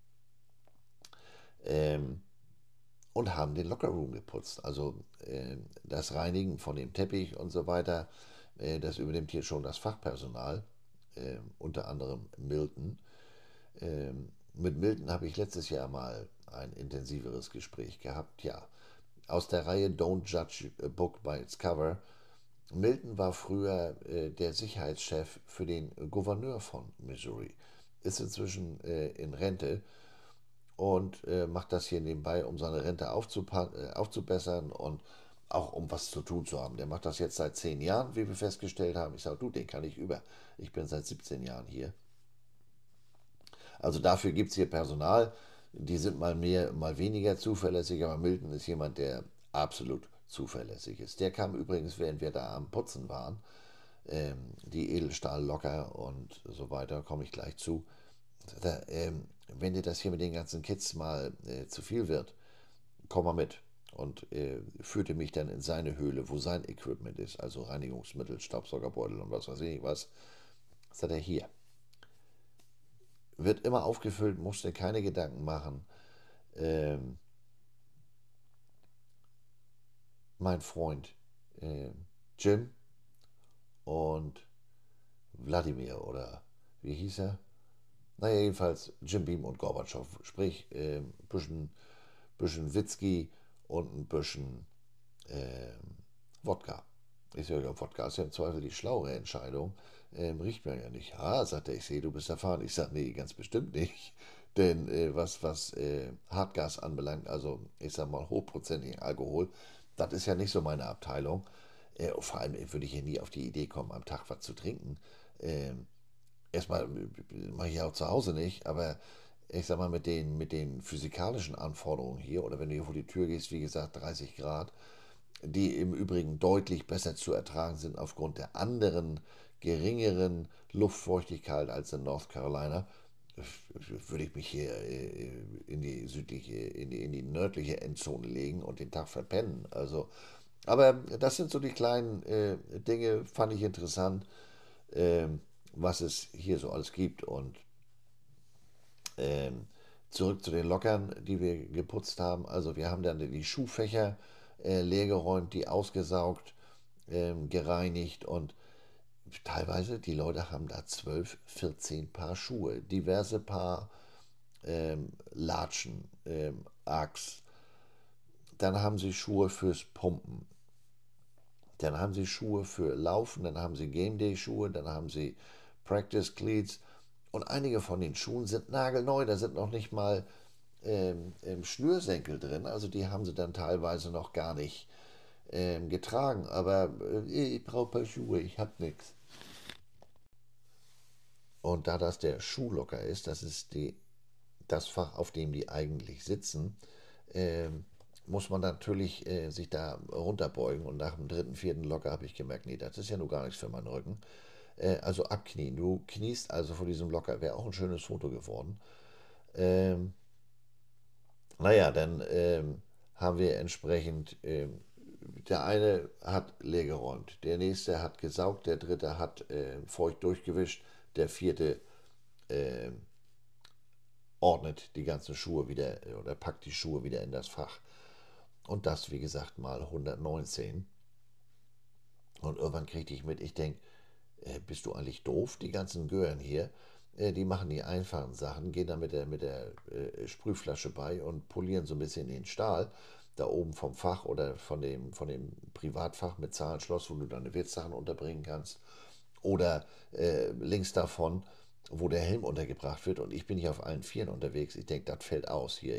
ähm, und haben den Lockerroom geputzt. Also das Reinigen von dem Teppich und so weiter, das übernimmt hier schon das Fachpersonal, unter anderem Milton. Mit Milton habe ich letztes Jahr mal ein intensiveres Gespräch gehabt. Ja, aus der Reihe Don't Judge a Book by its Cover. Milton war früher der Sicherheitschef für den Gouverneur von Missouri, ist inzwischen in Rente und macht das hier nebenbei, um seine Rente aufzubessern und auch um was zu tun zu haben. Der macht das jetzt seit 10 Jahren, wie wir festgestellt haben. Ich sage, du, den kann ich über. Ich bin seit 17 Jahren hier. Also dafür gibt es hier Personal. Die sind mal mehr, mal weniger zuverlässig, aber Milton ist jemand, der absolut zuverlässig ist. Der kam übrigens, während wir da am Putzen waren, die Edelstahllocker und so weiter, komme ich gleich zu. Da, wenn dir das hier mit den ganzen Kids mal zu viel wird, komm mal mit. Und führte mich dann in seine Höhle, wo sein Equipment ist, also Reinigungsmittel, Staubsaugerbeutel und was weiß ich was. Sagt er hier. Wird immer aufgefüllt, musst dir keine Gedanken machen. Ähm, mein Freund Jim und Wladimir oder wie hieß er? Naja, jedenfalls Jim Beam und Gorbatschow. Sprich, bisschen Whisky und ein bisschen Wodka. Ich sage, ja, Wodka ist ja im Zweifel die schlauere Entscheidung. Riecht mir ja nicht. Ah, sagt er, ich sehe, du bist erfahren. Ich sage, nee, ganz bestimmt nicht. Denn was Hartgas anbelangt, also ich sag mal hochprozentigen Alkohol, das ist ja nicht so meine Abteilung. Vor allem würde ich ja nie auf die Idee kommen, am Tag was zu trinken. Ähm, Erstmal mache ich ja auch zu Hause nicht, aber ich sag mal, mit den physikalischen Anforderungen hier, oder wenn du hier vor die Tür gehst, wie gesagt, 30 Grad, die im Übrigen deutlich besser zu ertragen sind aufgrund der anderen geringeren Luftfeuchtigkeit als in North Carolina, würde ich mich hier in die südliche, in die nördliche Endzone legen und den Tag verpennen. Also, aber das sind so die kleinen Dinge, fand ich interessant, ähm, was es hier so alles gibt. Und ähm, zurück zu den Lockern, die wir geputzt haben. Also wir haben dann die Schuhfächer leergeräumt, die ausgesaugt, gereinigt und teilweise die Leute haben da 12, 14 Paar Schuhe, diverse Paar Latschen, Axt. Dann haben sie Schuhe fürs Pumpen. Dann haben sie Schuhe für Laufen, dann haben sie Game Day Schuhe, dann haben sie Practice Cleats und einige von den Schuhen sind nagelneu, da sind noch nicht mal Schnürsenkel drin, also die haben sie dann teilweise noch gar nicht getragen, aber ich brauche ein paar Schuhe, ich hab nichts. Und da das der Schuhlocker ist, das ist das Fach, auf dem die eigentlich sitzen, ähm, muss man natürlich sich da runterbeugen. Und nach dem dritten, vierten Locker habe ich gemerkt, nee, das ist ja nur gar nichts für meinen Rücken. Also abknien. Du kniest also vor diesem Locker, wäre auch ein schönes Foto geworden. Ähm, naja, dann haben wir entsprechend, der eine hat leer geräumt, der nächste hat gesaugt, der dritte hat feucht durchgewischt, der vierte ordnet die ganzen Schuhe wieder oder packt die Schuhe wieder in das Fach. Und das, wie gesagt, mal 119. Und irgendwann kriegte ich mit, ich denke, bist du eigentlich doof? Die ganzen Gören hier, die machen die einfachen Sachen, gehen dann mit der Sprühflasche bei und polieren so ein bisschen den Stahl da oben vom Fach oder von dem Privatfach mit Zahlenschloss, wo du deine Wirtssachen unterbringen kannst. Oder links davon, wo der Helm untergebracht wird. Und ich bin hier auf allen Vieren unterwegs. Ich denke, das fällt aus hier.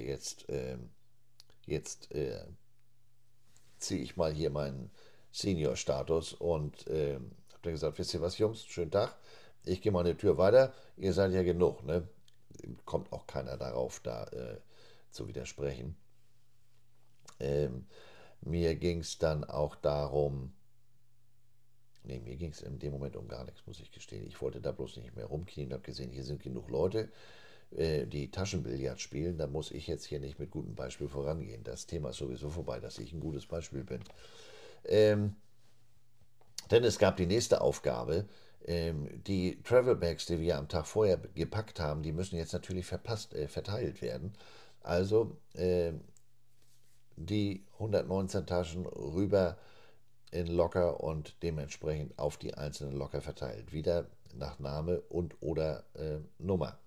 Jetzt ziehe ich mal hier meinen Senior-Status und habe dann gesagt, wisst ihr was, Jungs, schönen Tag. ich gehe mal eine Tür weiter, ihr seid ja genug, ne? Kommt auch keiner darauf, da zu widersprechen. Ähm, Mir ging es dann auch darum, nee, mir ging es in dem Moment um gar nichts, muss ich gestehen. Ich wollte da bloß nicht mehr rumknien und habe gesehen, hier sind genug Leute, die Taschenbillard spielen. Da muss ich jetzt hier nicht mit gutem Beispiel vorangehen. Das Thema ist sowieso vorbei, dass ich ein gutes Beispiel bin. Ähm, Denn es gab die nächste Aufgabe. Die Travel Bags, die wir am Tag vorher gepackt haben, die müssen jetzt natürlich verteilt werden. Also die 119 Taschen rüber in Locker und dementsprechend auf die einzelnen Locker verteilt. Wieder nach Name und oder Nummer.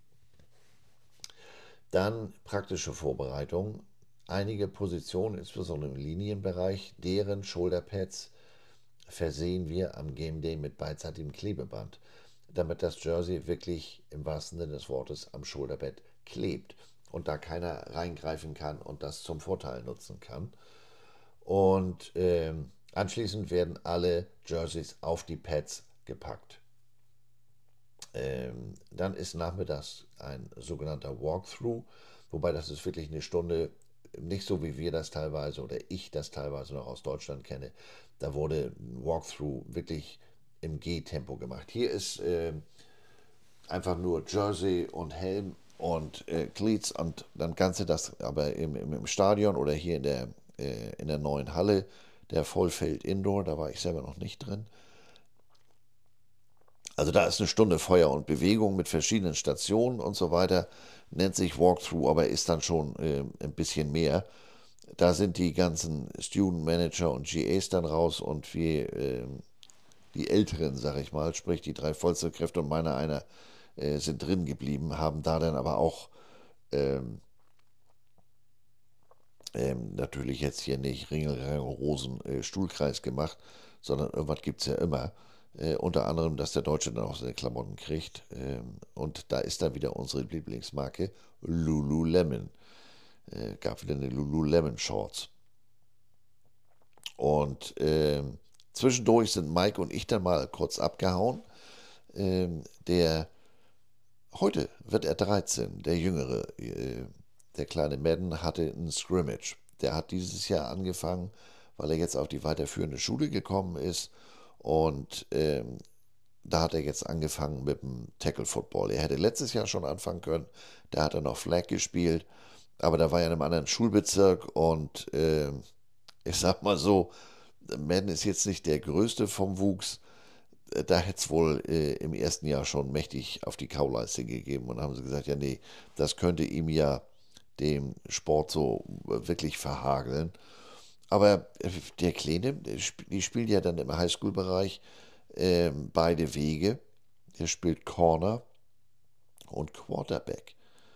Dann praktische Vorbereitung. Einige Positionen, insbesondere im Linienbereich, deren Shoulderpads versehen wir am Game Day mit beidseitigem Klebeband, damit das Jersey wirklich im wahrsten Sinne des Wortes am Schulterbett klebt und da keiner reingreifen kann und das zum Vorteil nutzen kann. Und anschließend werden alle Jerseys auf die Pads gepackt. Dann ist nachmittags ein sogenannter Walkthrough, wobei das ist wirklich eine Stunde, nicht so wie wir das teilweise oder ich das teilweise noch aus Deutschland kenne. Da wurde ein Walkthrough wirklich im Gehtempo gemacht. Hier ist einfach nur Jersey und Helm und Cleats und dann kannst du das aber im Stadion oder hier in der neuen Halle, der Vollfeld Indoor, da war ich selber noch nicht drin. Also da ist eine Stunde Feuer und Bewegung mit verschiedenen Stationen und so weiter. Nennt sich Walkthrough, aber ist dann schon ein bisschen mehr. Da sind die ganzen Student Manager und GAs dann raus und wir, die Älteren, sag ich mal, sprich die drei Vollzeitkräfte und meiner einer, sind drin geblieben, haben da dann aber auch natürlich jetzt hier nicht Ringelrosen Stuhlkreis gemacht, sondern irgendwas gibt es ja immer. Unter anderem, dass der Deutsche dann auch seine Klamotten kriegt. Und da ist dann wieder unsere Lieblingsmarke Lululemon. Gab wieder eine Lululemon Shorts. Und zwischendurch sind Mike und ich dann mal kurz abgehauen. Der Heute wird er 13, der Jüngere. Der kleine Madden hatte ein Scrimmage. Der hat dieses Jahr angefangen, weil er jetzt auf die weiterführende Schule gekommen ist. Und da hat er jetzt angefangen mit dem Tackle Football. Er hätte letztes Jahr schon anfangen können. Da hat er noch Flag gespielt. Aber da war er in einem anderen Schulbezirk. Und ich sag mal so, Madden ist jetzt nicht der größte vom Wuchs. Da hätte es wohl im ersten Jahr schon mächtig auf die Kauleiste gegeben. Und dann haben sie gesagt, ja nee, das könnte ihm ja dem Sport so wirklich verhageln. Aber der Kleine, die spielt ja dann im Highschool-Bereich beide Wege. Der spielt Corner und Quarterback.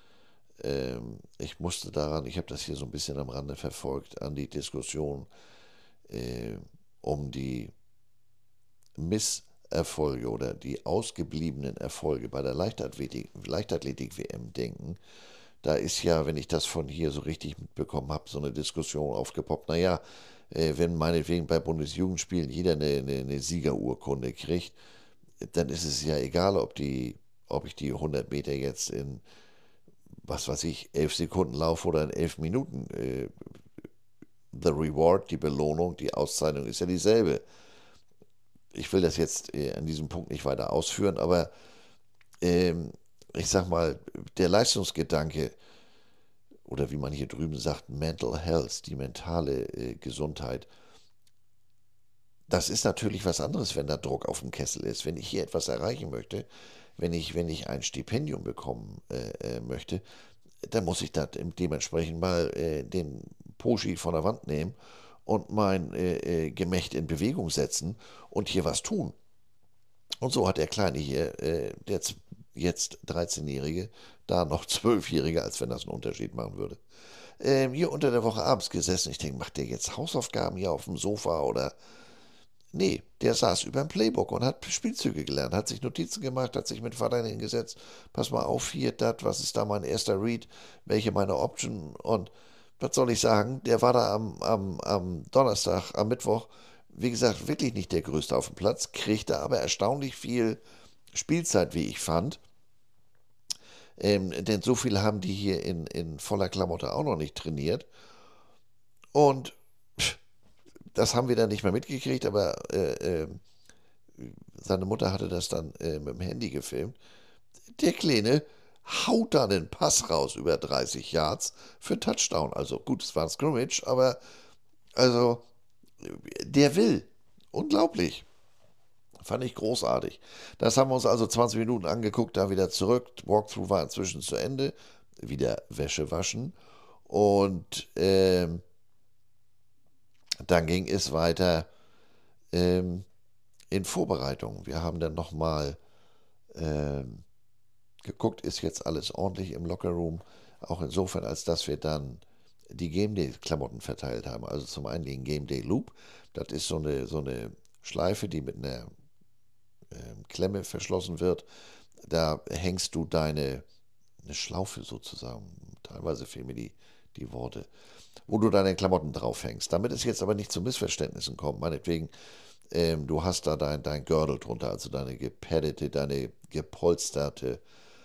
Ich musste daran, ich habe das hier so ein bisschen am Rande verfolgt, an die Diskussion äh, um die Misserfolge oder die ausgebliebenen Erfolge bei der Leichtathletik-WM denken. Da ist ja, wenn ich das von hier so richtig mitbekommen habe, so eine Diskussion aufgepoppt. Naja, wenn meinetwegen bei Bundesjugendspielen jeder eine Siegerurkunde kriegt, dann ist es ja egal, ob ich die 100 Meter jetzt in, was weiß ich, 11 Sekunden laufe oder in 11 Minuten. The Reward, die Belohnung, die Auszeichnung ist ja dieselbe. Ich will das jetzt an diesem Punkt nicht weiter ausführen, aber ähm, ich sag mal, der Leistungsgedanke oder wie man hier drüben sagt, Mental Health, die mentale Gesundheit, das ist natürlich was anderes, wenn da Druck auf dem Kessel ist. Wenn ich hier etwas erreichen möchte, wenn ich ein Stipendium bekommen möchte, dann muss ich da dementsprechend mal den Poschi von der Wand nehmen und mein Gemächt in Bewegung setzen und hier was tun. Und so hat der Kleine hier, der jetzt 13-Jährige, da noch 12-Jährige, als wenn das einen Unterschied machen würde, hier unter der Woche abends gesessen. Ich denke, macht der jetzt Hausaufgaben hier auf dem Sofa oder... Nee, der saß über dem Playbook und hat Spielzüge gelernt, hat sich Notizen gemacht, hat sich mit Vater hingesetzt. Pass mal auf, hier, das, was ist da mein erster Read, welche meine Option und was soll ich sagen, der war da am Donnerstag, am Mittwoch, wie gesagt, wirklich nicht der Größte auf dem Platz, kriegte aber erstaunlich viel Spielzeit, wie ich fand. Denn so viel haben die hier in voller Klamotte auch noch nicht trainiert. Und das haben wir dann nicht mehr mitgekriegt, aber seine Mutter hatte das dann mit dem Handy gefilmt. Der Kleine haut da einen Pass raus über 30 Yards für einen Touchdown. Also gut, es war ein Scrimmage, aber also der will. Unglaublich. Fand ich großartig. Das haben wir uns also 20 Minuten angeguckt, da wieder zurück. Walkthrough war inzwischen zu Ende. Wieder Wäsche waschen. Und dann ging es weiter ähm, in Vorbereitung. Wir haben dann nochmal geguckt, ist jetzt alles ordentlich im Lockerroom. Auch insofern, als dass wir dann die Game Day-Klamotten verteilt haben. Also zum einen den Game Day Loop. Das ist so eine Schleife, die mit einer Klemme verschlossen wird. Da hängst du eine Schlaufe sozusagen, teilweise fehlen mir die Worte, wo du deine Klamotten draufhängst. Damit es jetzt aber nicht zu Missverständnissen kommt, meinetwegen, du hast da dein Gürtel drunter, also deine gepaddete, deine gepolsterte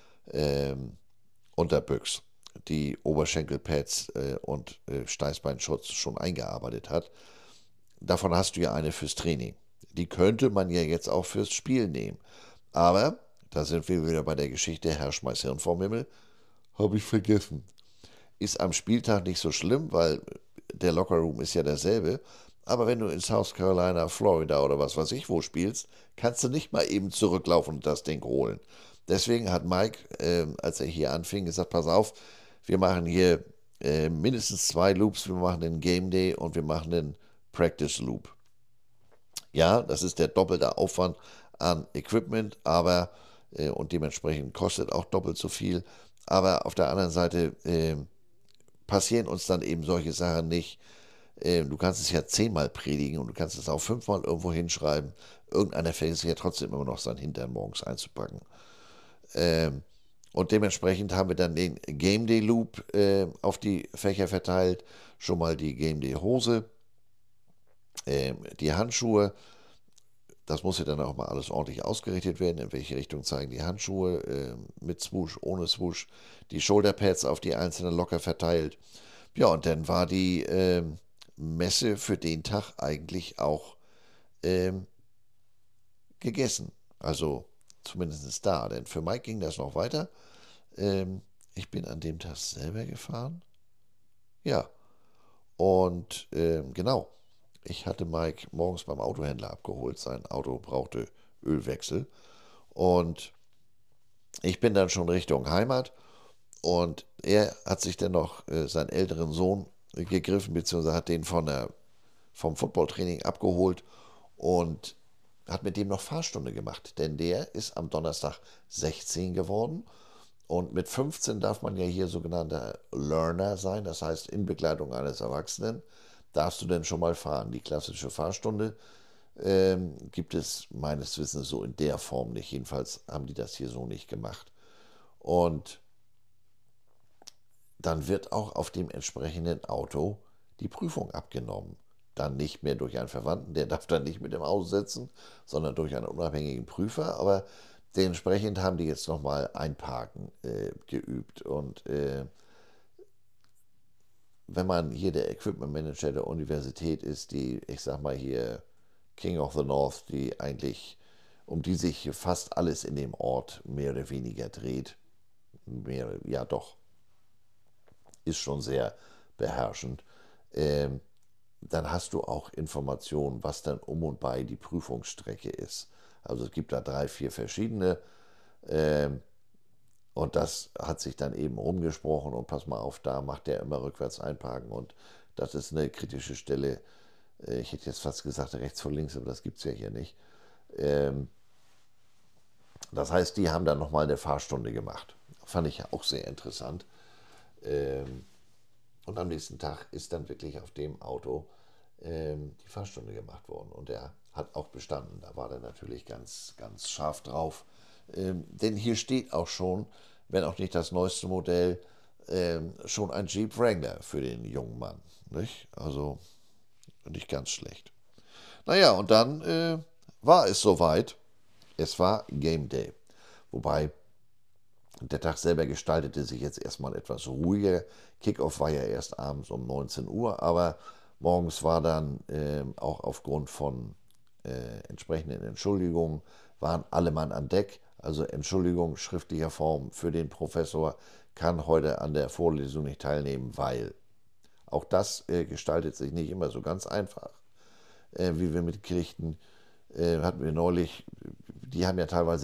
Unterbüchs, die Oberschenkelpads und Steißbeinschutz schon eingearbeitet hat. Davon hast du ja eine fürs Training. Die könnte man ja jetzt auch fürs Spiel nehmen. Aber, da sind wir wieder bei der Geschichte, Herr schmeiß Hirn vom Himmel, habe ich vergessen. Ist am Spieltag nicht so schlimm, weil der Lockerroom ist ja derselbe. Aber wenn du in South Carolina, Florida oder was weiß ich wo spielst, kannst du nicht mal eben zurücklaufen und das Ding holen. Deswegen hat Mike, als er hier anfing, gesagt, pass auf, wir machen hier mindestens 2 Loops, wir machen den Game Day und wir machen den Practice Loop. Ja, das ist der doppelte Aufwand an Equipment, aber und dementsprechend kostet auch doppelt so viel. Aber auf der anderen Seite passieren uns dann eben solche Sachen nicht. Du kannst es ja 10-mal predigen und du kannst es auch 5-mal irgendwo hinschreiben. Irgendeiner vergisst ja trotzdem immer noch sein Hintern morgens einzupacken. Ähm, und dementsprechend haben wir dann den Game Day Loop auf die Fächer verteilt. Schon mal die Game Day Hose, die Handschuhe. Das muss ja dann auch mal alles ordentlich ausgerichtet werden. In welche Richtung zeigen die Handschuhe? Mit Swoosh, ohne Swoosh. Die Shoulderpads auf die einzelnen locker verteilt. Ja, und dann war die Messe für den Tag eigentlich auch ähm, gegessen. Also zumindest da. Denn für Mike ging das noch weiter. Ich bin an dem Tag selber gefahren. Ja, und genau. Ich hatte Mike morgens beim Autohändler abgeholt. Sein Auto brauchte Ölwechsel. Und ich bin dann schon Richtung Heimat. Und er hat sich dann noch seinen älteren Sohn gegriffen, beziehungsweise hat den vom Footballtraining abgeholt und hat mit dem noch Fahrstunde gemacht. Denn der ist am Donnerstag 16 geworden. Und mit 15 darf man ja hier sogenannter Learner sein, das heißt in Begleitung eines Erwachsenen darfst du denn schon mal fahren. Die klassische Fahrstunde gibt es meines Wissens so in der Form nicht. Jedenfalls haben die das hier so nicht gemacht. Und dann wird auch auf dem entsprechenden Auto die Prüfung abgenommen. Dann nicht mehr durch einen Verwandten, der darf dann nicht mit im Auto sitzen, sondern durch einen unabhängigen Prüfer. Aber dementsprechend haben die jetzt nochmal Einparken geübt. Und wenn man hier der Equipment Manager der Universität ist, die, ich sag mal hier, King of the North, die eigentlich, um die sich fast alles in dem Ort mehr oder weniger dreht, ja doch, ist schon sehr beherrschend, ähm, dann hast du auch Informationen, was dann um und bei die Prüfungsstrecke ist. Also es gibt da 3, 4 verschiedene ähm, und das hat sich dann eben rumgesprochen und pass mal auf, da macht der immer rückwärts einparken und das ist eine kritische Stelle. Ich hätte jetzt fast gesagt rechts vor links, aber das gibt es ja hier nicht. Ähm, Das heißt, die haben dann nochmal eine Fahrstunde gemacht. Fand ich ja auch sehr interessant. Ähm, Und am nächsten Tag ist dann wirklich auf dem Auto die Fahrstunde gemacht worden. Und er hat auch bestanden. Da war er natürlich ganz, ganz scharf drauf. Denn hier steht auch schon, wenn auch nicht das neueste Modell, schon ein Jeep Wrangler für den jungen Mann. Nicht? Also nicht ganz schlecht. Naja, und dann war es soweit. Es war Game Day. Wobei der Tag selber gestaltete sich jetzt erstmal etwas ruhiger. Kickoff war ja erst abends um 19 Uhr, aber morgens war dann auch aufgrund von entsprechenden Entschuldigungen, waren alle Mann an Deck. Also Entschuldigung schriftlicher Form für den Professor, kann heute an der Vorlesung nicht teilnehmen, weil. Auch das gestaltet sich nicht immer so ganz einfach, wie wir mitkriegten. Hatten wir neulich, die haben ja teilweise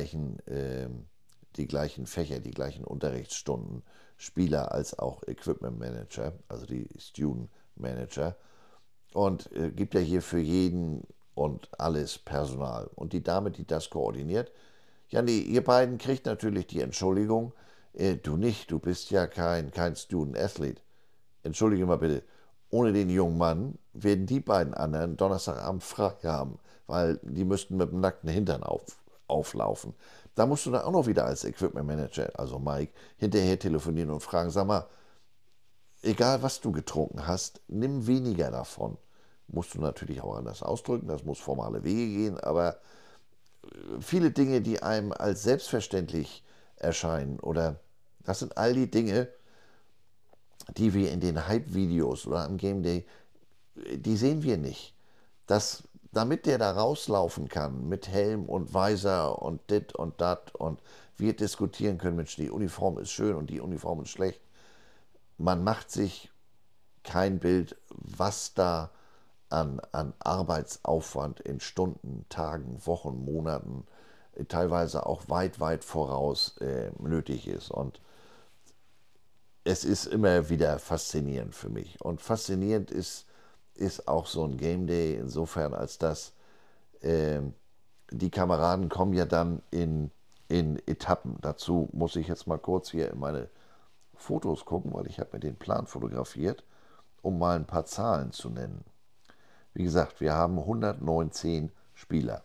die gleichen Fächer, die gleichen Unterrichtsstunden, Spieler als auch Equipment Manager, also die Student Manager. Und gibt ja hier für jeden und alles Personal. Und die Dame, die das koordiniert, ja, nee, ihr beiden kriegt natürlich die Entschuldigung, du nicht, du bist ja kein Student Athlete. Entschuldige mal bitte, ohne den jungen Mann werden die beiden anderen Donnerstagabend frei haben, weil die müssten mit dem nackten Hintern auflaufen. Da musst du dann auch noch wieder als Equipment Manager, also Mike, hinterher telefonieren und fragen, sag mal, egal was du getrunken hast, nimm weniger davon. Musst du natürlich auch anders ausdrücken, das muss formale Wege gehen, aber viele Dinge, die einem als selbstverständlich erscheinen, oder das sind all die Dinge, die wir in den Hype-Videos oder am Game Day, die sehen wir nicht. Damit der da rauslaufen kann mit Helm und Weiser und dit und dat und wir diskutieren können, Mensch, die Uniform ist schön und die Uniform ist schlecht. Man macht sich kein Bild, was da an Arbeitsaufwand in Stunden, Tagen, Wochen, Monaten, teilweise auch weit voraus nötig ist. Und es ist immer wieder faszinierend für mich. Und faszinierend ist auch so ein Game Day insofern, als dass äh, die Kameraden kommen ja dann in Etappen. Dazu muss ich jetzt mal kurz hier in meine Fotos gucken, weil ich habe mir den Plan fotografiert, um mal ein paar Zahlen zu nennen. Wie gesagt, wir haben 119 Spieler.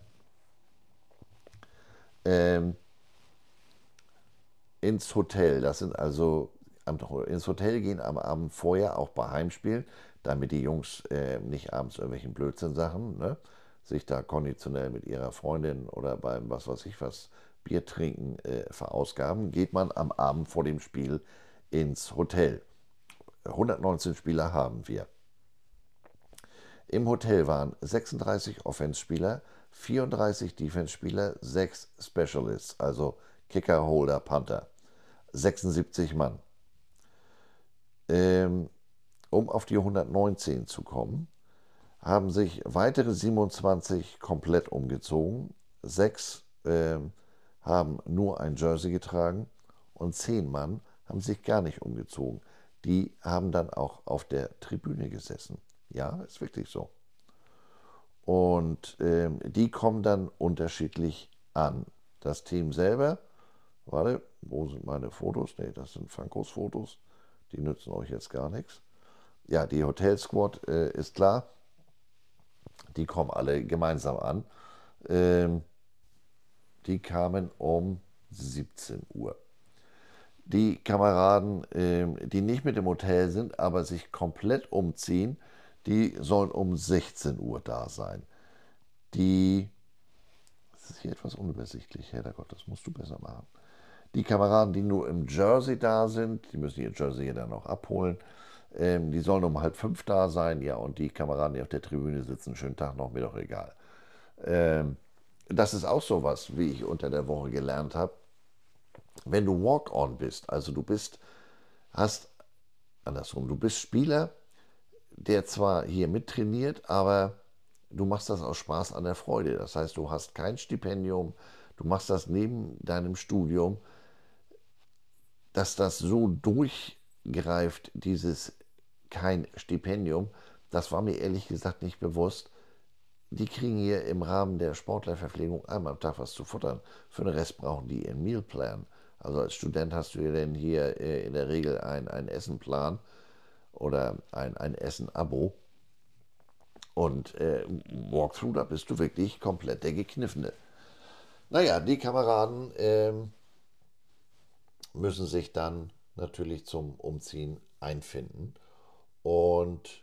Ähm, ins Hotel, das sind also ins Hotel gehen am Abend vorher, auch bei Heimspielen, damit die Jungs nicht abends irgendwelchen Blödsinn-Sachen, ne, sich da konditionell mit ihrer Freundin oder beim was weiß ich was Bier trinken verausgaben, geht man am Abend vor dem Spiel ins Hotel. 119 Spieler haben wir. Im Hotel waren 36 Offense-Spieler, 34 Defense-Spieler, 6 Specialists, also Kicker, Holder, Panther. 76 Mann. Um auf die 119 zu kommen, haben sich weitere 27 komplett umgezogen. 6 haben nur ein Jersey getragen und 10 Mann haben sich gar nicht umgezogen. Die haben dann auch auf der Tribüne gesessen. Ja, ist wirklich so. Und die kommen dann unterschiedlich an. Das Team selber, warte, wo sind meine Fotos? Ne, das sind Frankos Fotos. Die nützen euch jetzt gar nichts. Ja, die Hotel Squad ist klar. Die kommen alle gemeinsam an. Ähm, die kamen um 17 Uhr. Die Kameraden, die nicht mit im Hotel sind, aber sich komplett umziehen, die sollen um 16 Uhr da sein. Das ist hier etwas unübersichtlich, Herrgott, das musst du besser machen. Die Kameraden, die nur im Jersey da sind, die müssen ihr Jersey hier dann noch abholen. Die sollen um 4:30 da sein, ja, und die Kameraden, die auf der Tribüne sitzen, schönen Tag noch, mir doch egal. Das ist auch sowas, wie ich unter der Woche gelernt habe. Wenn du Walk-on bist, also du bist Spieler, der zwar hier mittrainiert, aber du machst das aus Spaß an der Freude. Das heißt, du hast kein Stipendium, du machst das neben deinem Studium, dass das so durchgreift, dieses kein Stipendium, das war mir ehrlich gesagt nicht bewusst. Die kriegen hier im Rahmen der Sportlerverpflegung einmal am Tag was zu futtern. Für den Rest brauchen die ihren Mealplan. Also als Student hast du ja dann hier in der Regel ein Essenplan oder ein Essen-Abo. Und Walkthrough, da bist du wirklich komplett der Gekniffene. Naja, die Kameraden müssen sich dann natürlich zum Umziehen einfinden. Und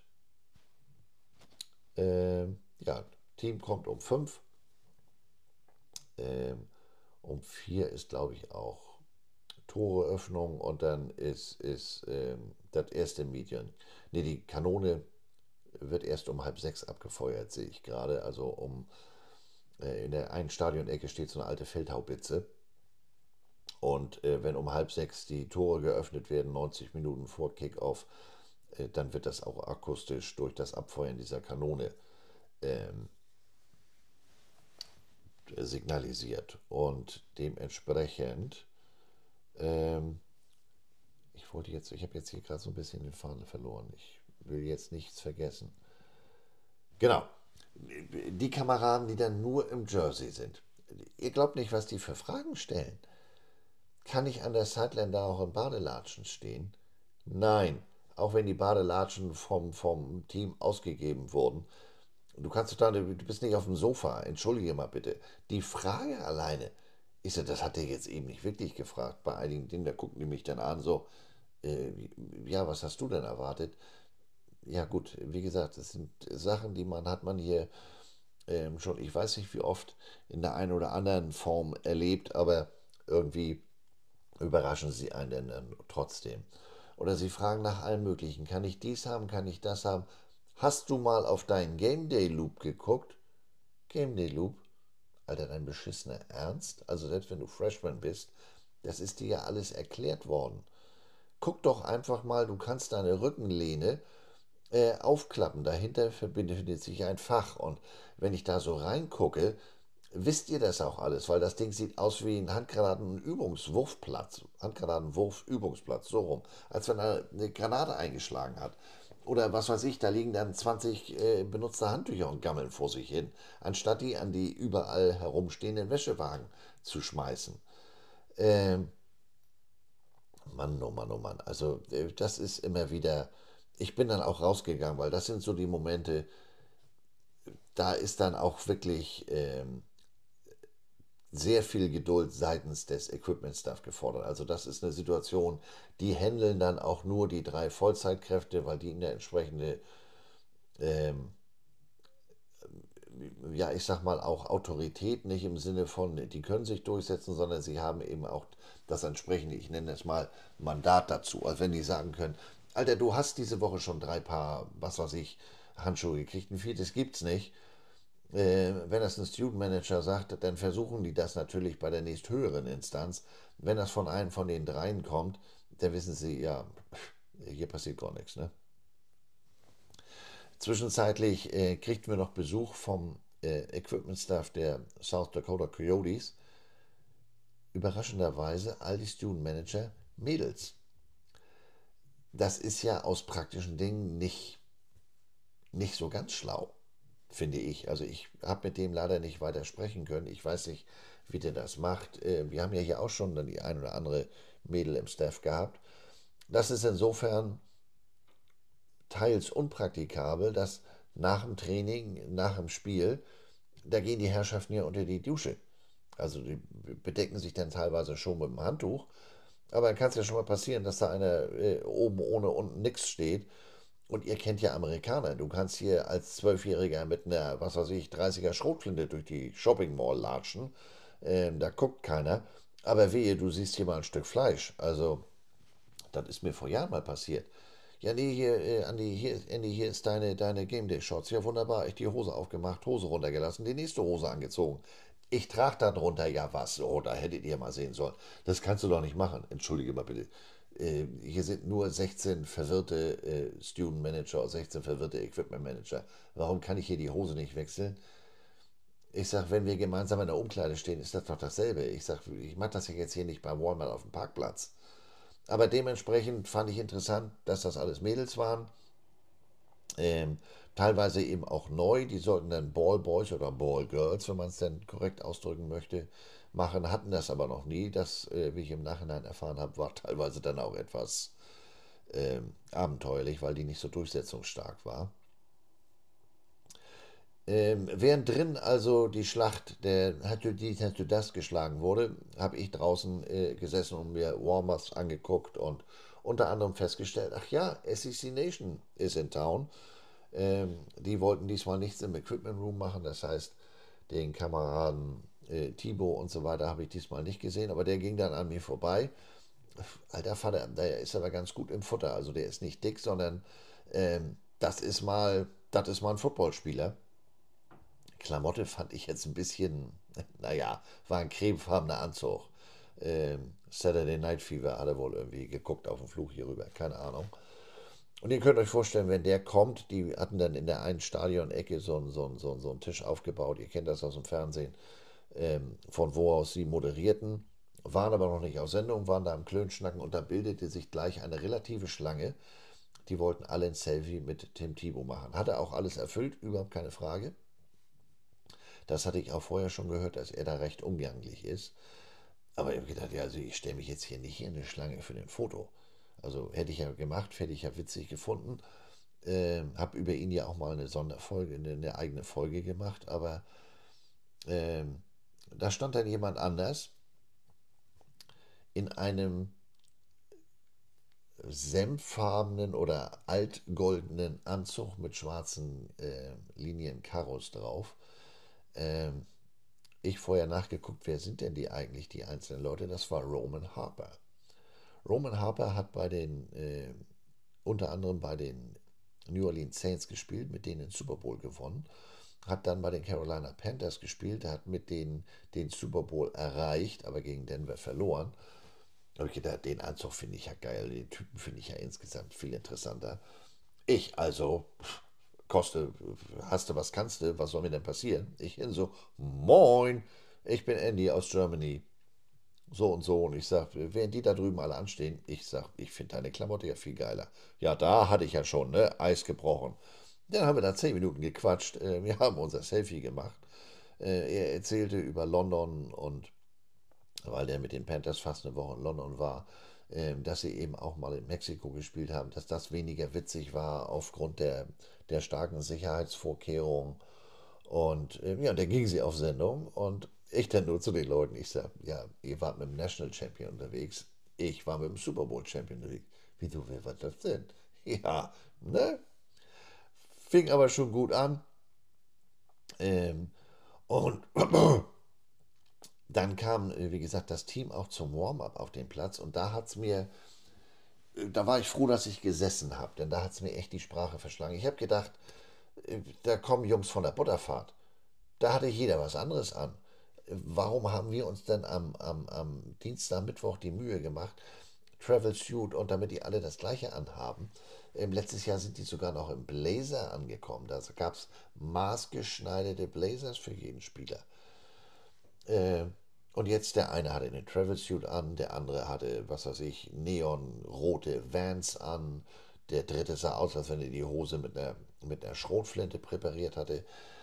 ja, Team kommt um 5. Um 4 ist, glaube ich, auch Toreöffnung und dann ist das erste Medium. Ne, die Kanone wird erst um halb 6 abgefeuert, sehe ich gerade. Also in der einen Stadionecke steht so eine alte Feldhaubitze. Und wenn um halb 6 die Tore geöffnet werden, 90 Minuten vor Kickoff, dann wird das auch akustisch durch das Abfeuern dieser Kanone ähm, signalisiert. Und dementsprechend, ähm, ich habe jetzt hier gerade so ein bisschen den Faden verloren. Ich will jetzt nichts vergessen. Genau. Die Kameraden, die dann nur im Jersey sind. Ihr glaubt nicht, was die für Fragen stellen. Kann ich an der Sideline da auch in Badelatschen stehen? Nein, auch wenn die Badelatschen vom Team ausgegeben wurden. Du kannst doch da, du bist nicht auf dem Sofa, entschuldige mal bitte. Die Frage alleine, ist ja, das hat er jetzt eben nicht wirklich gefragt. Bei einigen Dingen, da gucken die mich dann an, so, äh, ja, was hast du denn erwartet? Ja gut, wie gesagt, das sind Sachen, hat man hier schon, ich weiß nicht wie oft, in der einen oder anderen Form erlebt, aber irgendwie überraschen sie einen dann trotzdem. Oder sie fragen nach allem Möglichen. Kann ich dies haben? Kann ich das haben? Hast du mal auf deinen Game Day Loop geguckt? Game Day Loop? Alter, dein beschissener Ernst? Also selbst wenn du Freshman bist, das ist dir ja alles erklärt worden. Guck doch einfach mal, du kannst deine Rückenlehne aufklappen. Dahinter befindet sich ein Fach. Und wenn ich da so reingucke, wisst ihr das auch alles, weil das Ding sieht aus wie ein Handgranatenübungswurfplatz. Handgranatenwurfübungsplatz, so rum. Als wenn er eine Granate eingeschlagen hat. Oder was weiß ich, da liegen dann 20 benutzte Handtücher und gammeln vor sich hin, anstatt die an die überall herumstehenden Wäschewagen zu schmeißen. Ähm, Mann, oh Mann, oh Mann. Also das ist immer wieder. Ich bin dann auch rausgegangen, weil das sind so die Momente, da ist dann auch wirklich sehr viel Geduld seitens des Equipment-Staff gefordert. Also das ist eine Situation, die handeln dann auch nur die 3 Vollzeitkräfte, weil die in der entsprechende, ähm, ja, ich sag mal auch Autorität, nicht im Sinne von, die können sich durchsetzen, sondern sie haben eben auch das entsprechende, ich nenne es mal, Mandat dazu. Also wenn die sagen können, Alter, du hast diese Woche schon 3 Paar, was weiß ich, Handschuhe gekriegt, ein viertes gibt's nicht. Wenn das ein Student Manager sagt, dann versuchen die das natürlich bei der nächsthöheren Instanz. Wenn das von einem von den dreien kommt, dann wissen sie, ja, hier passiert gar nichts. Ne? Zwischenzeitlich kriegten wir noch Besuch vom Equipment Staff der South Dakota Coyotes. Überraschenderweise all die Student Manager Mädels. Das ist ja aus praktischen Dingen nicht so ganz schlau, finde ich. Also ich habe mit dem leider nicht weiter sprechen können. Ich weiß nicht, wie der das macht. Wir haben ja hier auch schon dann die ein oder andere Mädel im Staff gehabt. Das ist insofern teils unpraktikabel, dass nach dem Training, nach dem Spiel, da gehen die Herrschaften ja unter die Dusche. Also die bedecken sich dann teilweise schon mit dem Handtuch. Aber dann kann es ja schon mal passieren, dass da einer oben ohne unten nix steht. Und ihr kennt ja Amerikaner. Du kannst hier als Zwölfjähriger mit einer, was weiß ich, 30er Schrotflinte durch die Shopping Mall latschen. Da guckt keiner. Aber wehe, du siehst hier mal ein Stück Fleisch. Also, das ist mir vor Jahren mal passiert. Ja, nee, hier, Andy, hier ist deine Game Day Shorts. Ja, wunderbar. Ich die Hose aufgemacht, Hose runtergelassen, die nächste Hose angezogen. Ich trage da drunter ja was. Oh, da hättet ihr mal sehen sollen. Das kannst du doch nicht machen. Entschuldige mal bitte. Hier sind nur 16 verwirrte Student Manager, 16 verwirrte Equipment Manager. Warum kann ich hier die Hose nicht wechseln? Ich sag, wenn wir gemeinsam in der Umkleide stehen, ist das doch dasselbe. Ich sag, ich mache das ja jetzt hier nicht bei Walmart auf dem Parkplatz. Aber dementsprechend fand ich interessant, dass das alles Mädels waren. Ähm, Teilweise eben auch neu. Die sollten dann Ball Boys oder Ball Girls, wenn man es denn korrekt ausdrücken möchte, machen, hatten das aber noch nie. Das, wie ich im Nachhinein erfahren habe, war teilweise dann auch etwas abenteuerlich, weil die nicht so durchsetzungsstark war. Während drin also die Schlacht der Hattu das geschlagen wurde, habe ich draußen gesessen und mir Warm-ups angeguckt und unter anderem festgestellt, ach ja, SEC Nation ist in Town. Die wollten diesmal nichts im Equipment Room machen, das heißt den Kameraden Thibaut und so weiter habe ich diesmal nicht gesehen, aber der ging dann an mir vorbei. Alter Vater, der ist aber ganz gut im Futter. Also der ist nicht dick, sondern das ist mal ein Footballspieler. Klamotte fand ich jetzt ein bisschen, naja, war ein cremefarbener Anzug. Saturday Night Fever hat er wohl irgendwie geguckt auf dem Flug hier rüber, keine Ahnung. Und ihr könnt euch vorstellen, wenn der kommt, die hatten dann in der einen Stadionecke so einen Tisch aufgebaut, ihr kennt das aus dem Fernsehen, von wo aus sie moderierten, waren aber noch nicht auf Sendung, waren da am Klönschnacken und da bildete sich gleich eine relative Schlange. Die wollten alle ein Selfie mit Tim Tebow machen. Hat er auch alles erfüllt, überhaupt keine Frage. Das hatte ich auch vorher schon gehört, dass er da recht umgänglich ist. Aber ich habe gedacht, ja, also ich stelle mich jetzt hier nicht in eine Schlange für ein Foto. Also hätte ich ja gemacht, hätte ich ja witzig gefunden. Habe über ihn ja auch mal eine Sonderfolge, eine eigene Folge gemacht, aber ähm, da stand dann jemand anders in einem senffarbenen oder altgoldenen Anzug mit schwarzen Linien Karos drauf. Ähm, ich vorher nachgeguckt, wer sind denn die eigentlich, die einzelnen Leute? Das war Roman Harper. Roman Harper hat unter anderem bei den New Orleans Saints gespielt, mit denen den Super Bowl gewonnen, hat dann bei den Carolina Panthers gespielt, hat mit denen den Super Bowl erreicht, aber gegen Denver verloren. Da habe ich gedacht, den Anzug finde ich ja geil, den Typen finde ich ja insgesamt viel interessanter. Ich also, Koste, hast du was, kannst du, was soll mir denn passieren? Ich hin so, moin, ich bin Andy aus Germany, so und so. Und ich sag, während die da drüben alle anstehen, ich sag, ich finde deine Klamotte ja viel geiler. Ja, da hatte ich ja schon, ne, Eis gebrochen. Dann haben wir da 10 Minuten gequatscht, wir haben unser Selfie gemacht. Er erzählte über London und weil er mit den Panthers fast eine Woche in London war, dass sie eben auch mal in Mexiko gespielt haben, dass das weniger witzig war aufgrund der starken Sicherheitsvorkehrungen. Und ja, dann ging sie auf Sendung und ich dann nur zu den Leuten, ich sage, ja, ihr wart mit dem National Champion unterwegs, ich war mit dem Super Bowl Champion unterwegs. Wieso, wer war das denn? Ja, ne? Fing aber schon gut an. Ähm, und dann kam, wie gesagt, das Team auch zum Warm-up auf den Platz und da war ich froh, dass ich gesessen habe, denn da hat es mir echt die Sprache verschlagen. Ich habe gedacht, da kommen Jungs von der Butterfahrt. Da hatte jeder was anderes an. Warum haben wir uns denn am Dienstag, Mittwoch die Mühe gemacht, Travel Suit und damit die alle das gleiche anhaben? Letztes Jahr sind die sogar noch im Blazer angekommen. Da gab es maßgeschneiderte Blazers für jeden Spieler. Äh, und jetzt der eine hatte einen Travel Suit an, der andere hatte, was weiß ich, neonrote Vans an, der dritte sah aus, als wenn er die Hose mit einer Schrotflinte präpariert hatte.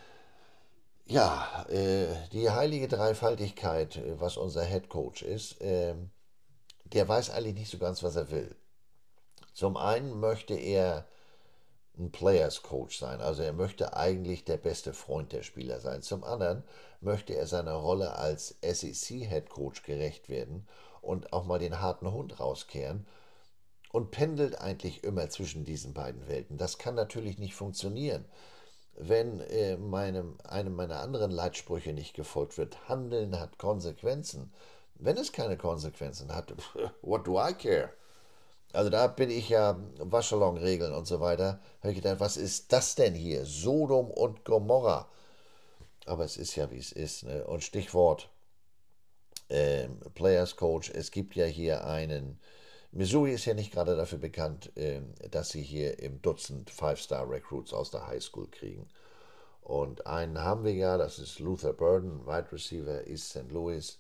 Ja, die heilige Dreifaltigkeit, was unser Head Coach ist, der weiß eigentlich nicht so ganz, was er will. Zum einen möchte er ein Players Coach sein, also er möchte eigentlich der beste Freund der Spieler sein. Zum anderen möchte er seiner Rolle als SEC Head Coach gerecht werden und auch mal den harten Hund rauskehren und pendelt eigentlich immer zwischen diesen beiden Welten. Das kann natürlich nicht funktionieren, wenn einem meiner anderen Leitsprüche nicht gefolgt wird. Handeln hat Konsequenzen. Wenn es keine Konsequenzen hat, what do I care? Also da bin ich ja Waschsalon-Regeln und so weiter. Habe ich gedacht, was ist das denn hier? Sodom und Gomorra. Aber es ist ja, wie es ist. Ne? Und Stichwort Players Coach. Es gibt ja hier einen. Missouri ist ja nicht gerade dafür bekannt, dass sie hier im Dutzend Five-Star-Recruits aus der High School kriegen. Und einen haben wir ja, das ist Luther Burden, Wide Receiver, East St. Louis.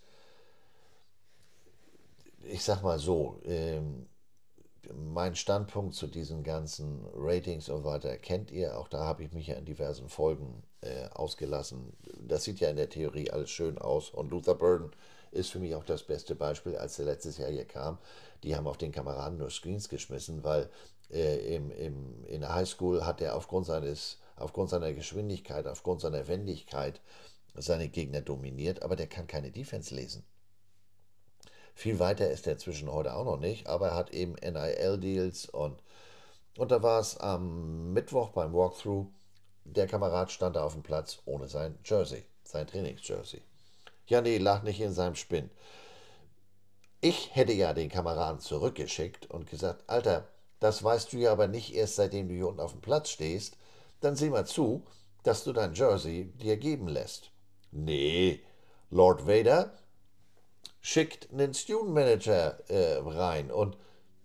Ich sag mal so, mein Standpunkt zu diesen ganzen Ratings und weiter kennt ihr. Auch da habe ich mich ja in diversen Folgen ausgelassen. Das sieht ja in der Theorie alles schön aus. Und Luther Burden ist für mich auch das beste Beispiel, als er letztes Jahr hier kam. Die haben auf den Kameraden nur Screens geschmissen, weil in der Highschool hat er aufgrund seiner Geschwindigkeit, aufgrund seiner Wendigkeit seine Gegner dominiert, aber der kann keine Defense lesen. Viel weiter ist er zwischen heute auch noch nicht, aber er hat eben NIL-Deals und da war es am Mittwoch beim Walkthrough, der Kamerad stand da auf dem Platz ohne sein Jersey, sein Trainingsjersey. Ja, nee, lag nicht in seinem Spind. Ich hätte ja den Kameraden zurückgeschickt und gesagt, Alter, das weißt du ja aber nicht erst seitdem du hier unten auf dem Platz stehst. Dann sieh mal zu, dass du dein Jersey dir geben lässt. Nee, Lord Vader schickt einen Student Manager rein und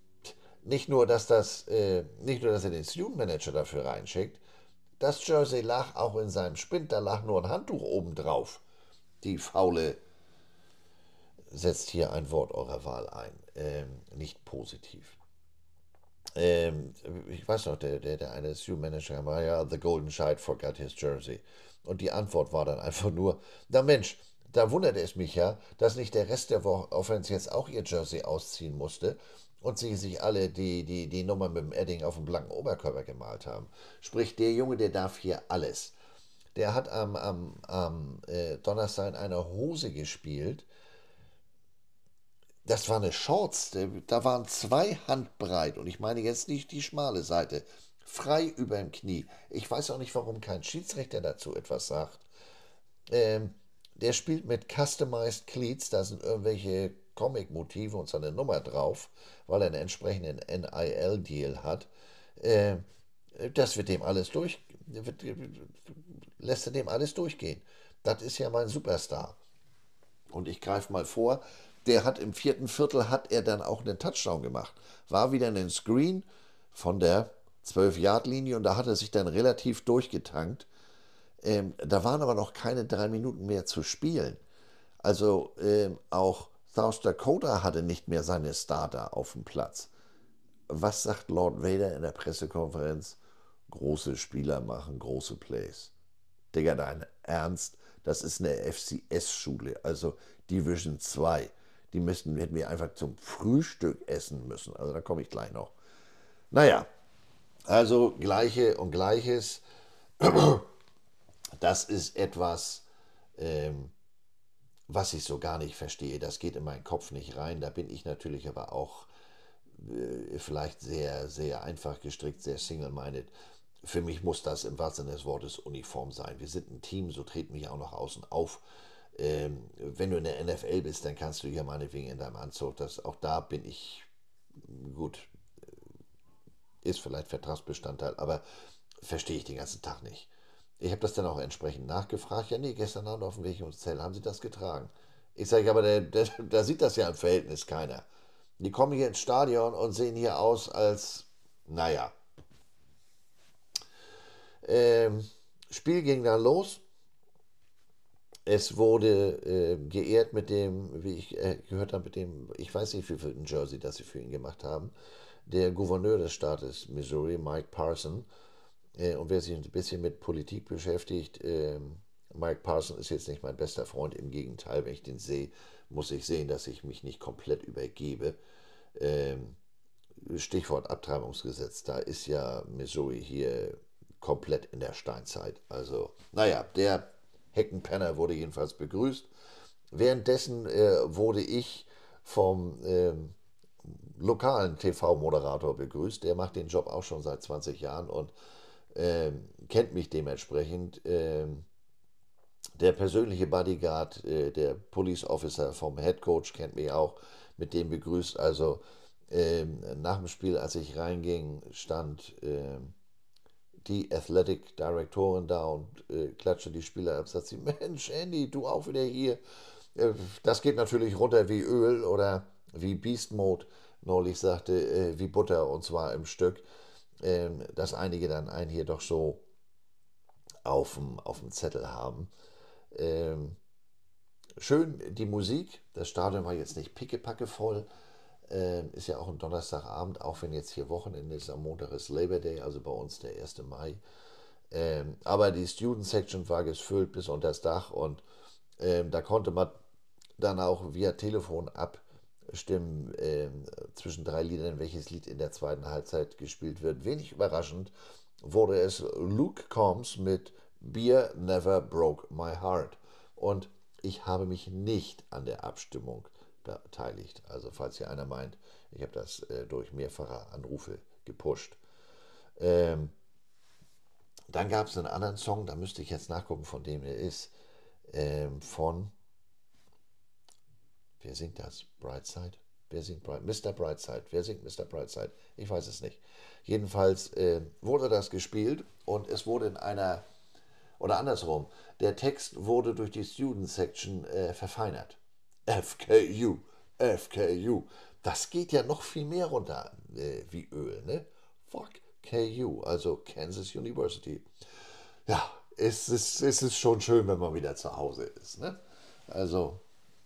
nicht nur, dass er den Student Manager dafür reinschickt, das Jersey lag auch in seinem Spind, da lag nur ein Handtuch oben drauf. Die Faule setzt hier ein Wort eurer Wahl ein, nicht positiv. Ähm, Ich weiß noch, der eine Student Manager war ja, The Golden Child forgot his Jersey. Und die Antwort war dann einfach nur, na Mensch, da wunderte es mich ja, dass nicht der Rest der Offense jetzt auch ihr Jersey ausziehen musste und sie sich alle die Nummer mit dem Edding auf dem blanken Oberkörper gemalt haben. Sprich, der Junge, der darf hier alles. Der hat am Donnerstag in einer Hose gespielt. Das war eine Shorts, da waren 2 Handbreit und ich meine jetzt nicht die schmale Seite, frei über dem Knie. Ich weiß auch nicht, warum kein Schiedsrichter dazu etwas sagt. Ähm, Der spielt mit Customized Cleats, da sind irgendwelche Comic-Motive und seine Nummer drauf, weil er einen entsprechenden NIL-Deal hat. Ähm, Das wird dem alles lässt er dem alles durchgehen. Das ist ja mein Superstar. Und ich greife mal vor, der hat im vierten Viertel hat er dann auch einen Touchdown gemacht. War wieder ein Screen von der 12-Yard-Linie und da hat er sich dann relativ durchgetankt. Da waren aber noch keine 3 Minuten mehr zu spielen. Also auch South Dakota hatte nicht mehr seine Starter auf dem Platz. Was sagt Lord Vader in der Pressekonferenz? Große Spieler machen große Plays. Digga, dein Ernst? Das ist eine FCS-Schule, also Division 2. Hätten wir einfach zum Frühstück essen müssen. Also da komme ich gleich noch. Naja, also Gleiche und Gleiches. Das ist etwas, ähm, was ich so gar nicht verstehe. Das geht in meinen Kopf nicht rein. Da bin ich natürlich aber auch vielleicht sehr, sehr einfach gestrickt, sehr single-minded. Für mich muss das im wahrsten Sinne des Wortes uniform sein. Wir sind ein Team, so treten wir ja auch nach außen auf. Wenn du in der NFL bist, dann kannst du ja meinetwegen in deinem Anzug, auch da bin ich gut, ist vielleicht Vertragsbestandteil, aber verstehe ich den ganzen Tag nicht. Ich habe das dann auch entsprechend nachgefragt. Ja, nee, gestern Abend auf dem Weg ins Hotel haben sie das getragen. Ich sage, aber da sieht das ja im Verhältnis keiner. Die kommen hier ins Stadion und sehen hier aus als, naja. Ähm, Spiel ging dann los. Es wurde geehrt mit dem, wie ich gehört habe, mit dem, ich weiß nicht, wie viel ein Jersey, das sie für ihn gemacht haben, der Gouverneur des Staates Missouri, Mike Parson. Und wer sich ein bisschen mit Politik beschäftigt, Mike Parson ist jetzt nicht mein bester Freund, im Gegenteil, wenn ich den sehe, muss ich sehen, dass ich mich nicht komplett übergebe. Ähm, Stichwort Abtreibungsgesetz, da ist ja Missouri hier komplett in der Steinzeit. Also, naja, der Heckenpenner wurde jedenfalls begrüßt. Währenddessen wurde ich vom lokalen TV-Moderator begrüßt. Der macht den Job auch schon seit 20 Jahren und kennt mich dementsprechend. Der persönliche Bodyguard, der Police Officer vom Head Coach kennt mich auch, mit dem begrüßt. Also nach dem Spiel, als ich reinging, stand die Athletic Directorin da und klatschte die Spieler ab, sagt sie, Mensch, Andy, du auch wieder hier. Das geht natürlich runter wie Öl oder wie Beast Mode neulich sagte, wie Butter und zwar im Stück, dass einige dann einen hier doch so auf dem Zettel haben. Ähm, Schön die Musik, das Stadion war jetzt nicht pickepacke voll, ist ja auch ein Donnerstagabend, auch wenn jetzt hier Wochenende ist, am Montag ist Labor Day, also bei uns der 1. Mai. Aber die Student Section war gefüllt bis unter das Dach und da konnte man dann auch via Telefon abstimmen zwischen 3 Liedern, welches Lied in der zweiten Halbzeit gespielt wird. Wenig überraschend wurde es Luke Combs mit Beer Never Broke My Heart. Und ich habe mich nicht an der Abstimmung beteiligt. Also falls hier einer meint, ich habe das durch mehrfache Anrufe gepusht. Ähm, Dann gab es einen anderen Song, da müsste ich jetzt nachgucken, von dem er ist. Von Wer singt das? Brightside? Wer singt Mr. Brightside? Wer singt Mr. Brightside? Ich weiß es nicht. Jedenfalls wurde das gespielt und es wurde in einer, oder andersrum, der Text wurde durch die Student Section verfeinert. FKU, FKU. Das geht ja noch viel mehr runter wie Öl, ne? Fuck KU, also Kansas University. Ja, es ist schon schön, wenn man wieder zu Hause ist, ne? Also,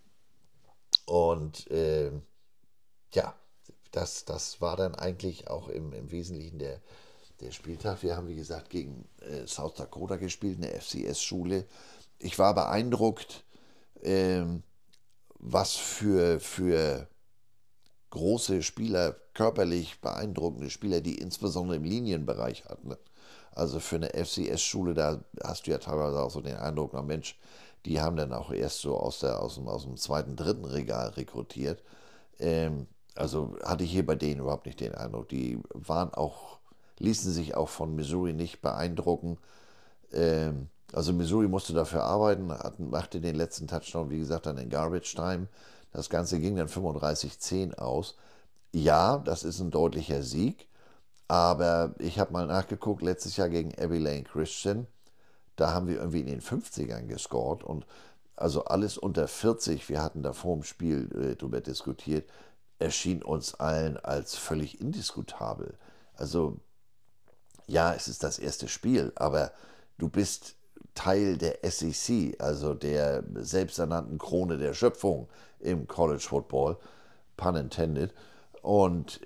und ja, das war dann eigentlich auch im Wesentlichen der Spieltag. Wir haben, wie gesagt, gegen South Dakota gespielt, eine FCS-Schule. Ich war beeindruckt, ähm, was für große Spieler, körperlich beeindruckende Spieler, die insbesondere im Linienbereich hatten. Also für eine FCS-Schule, da hast du ja teilweise auch so den Eindruck, na Mensch, die haben dann auch erst so aus dem zweiten, dritten Regal rekrutiert. Also hatte ich hier bei denen überhaupt nicht den Eindruck. Die waren auch, ließen sich auch von Missouri nicht beeindrucken. Also Missouri musste dafür arbeiten, machte den letzten Touchdown, wie gesagt, dann in Garbage Time. Das Ganze ging dann 35-10 aus. Ja, das ist ein deutlicher Sieg, aber ich habe mal nachgeguckt, letztes Jahr gegen Abilene Christian, da haben wir irgendwie in den 50ern gescored und also alles unter 40, wir hatten da vor dem Spiel darüber diskutiert, erschien uns allen als völlig indiskutabel. Also ja, es ist das erste Spiel, aber du bist Teil der SEC, also der selbsternannten Krone der Schöpfung im College Football, pun intended. Und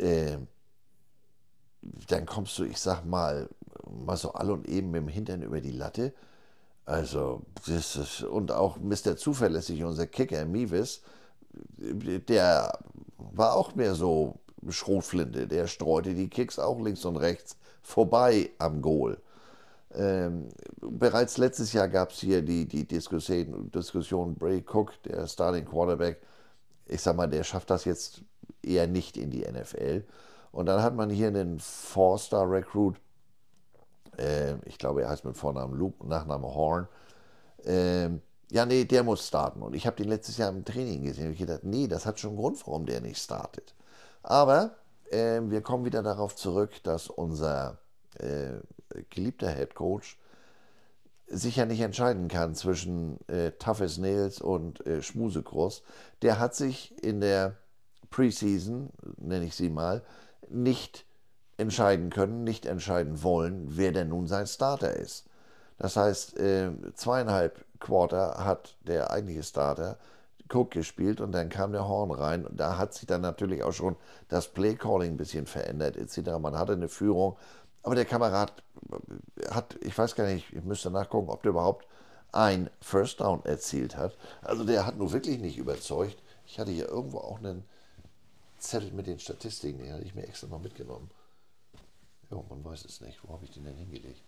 dann kommst du, ich sag mal so all und eben mit dem Hintern über die Latte. Also, und auch Mr. Zuverlässig, unser Kicker, Mevis, der war auch mehr so Schrotflinte. Der streute die Kicks auch links und rechts vorbei am Goal. Bereits letztes Jahr gab es hier die Diskussion Bray Cook, der Starting Quarterback. Ich sag mal, der schafft das jetzt eher nicht in die NFL. Und dann hat man hier einen Four-Star-Recruit, ich glaube, er heißt mit Vornamen Luke, Nachname Horn. Ja, nee, der muss starten. Und ich habe den letztes Jahr im Training gesehen. Und ich gedacht, nee, das hat schon einen Grund, warum der nicht startet. Aber wir kommen wieder darauf zurück, dass unser geliebter Head Coach sich ja nicht entscheiden kann zwischen Tough as Nails und Schmusekross. Der hat sich in der Preseason, nenne ich sie mal, nicht entscheiden können, nicht entscheiden wollen, wer denn nun sein Starter ist. Das heißt, 2,5 Quarter hat der eigentliche Starter Cook gespielt und dann kam der Horn rein. Und da hat sich dann natürlich auch schon das Play-Calling ein bisschen verändert etc. Man hatte eine Führung, aber der Kamerad hat, ich weiß gar nicht, ich müsste nachgucken, ob der überhaupt ein First Down erzielt hat. Also der hat nur wirklich nicht überzeugt. Ich hatte hier irgendwo auch einen Zettel mit den Statistiken, den hatte ich mir extra noch mitgenommen. Ja, man weiß es nicht. Wo habe ich den denn hingelegt?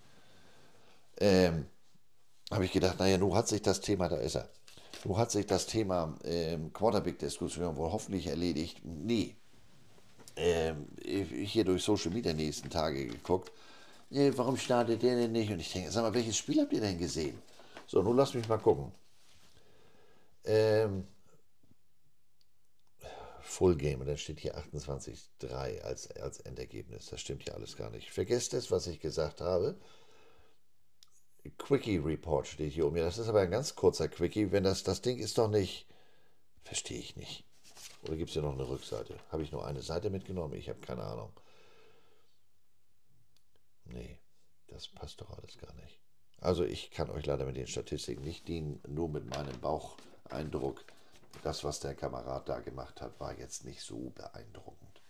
Habe ich gedacht, naja, nun hat sich das Thema, da ist er. Nun hat sich das Thema Quarterback-Diskussion wohl hoffentlich erledigt. Nee. Hier durch Social Media die nächsten Tage geguckt. Warum startet der denn nicht? Und ich denke, sag mal, welches Spiel habt ihr denn gesehen? So, nun lasst mich mal gucken. Full Game, und dann steht hier 28-3 als Endergebnis. Das stimmt ja alles gar nicht. Vergesst es, was ich gesagt habe. Quickie Report steht hier um mir. Das ist aber ein ganz kurzer Quickie. Wenn das Ding ist doch nicht. Verstehe ich nicht. Oder gibt es hier noch eine Rückseite? Habe ich nur eine Seite mitgenommen? Ich habe keine Ahnung. Nee, das passt doch alles gar nicht. Also ich kann euch leider mit den Statistiken nicht dienen, nur mit meinem Baucheindruck. Das, was der Kamerad da gemacht hat, war jetzt nicht so beeindruckend.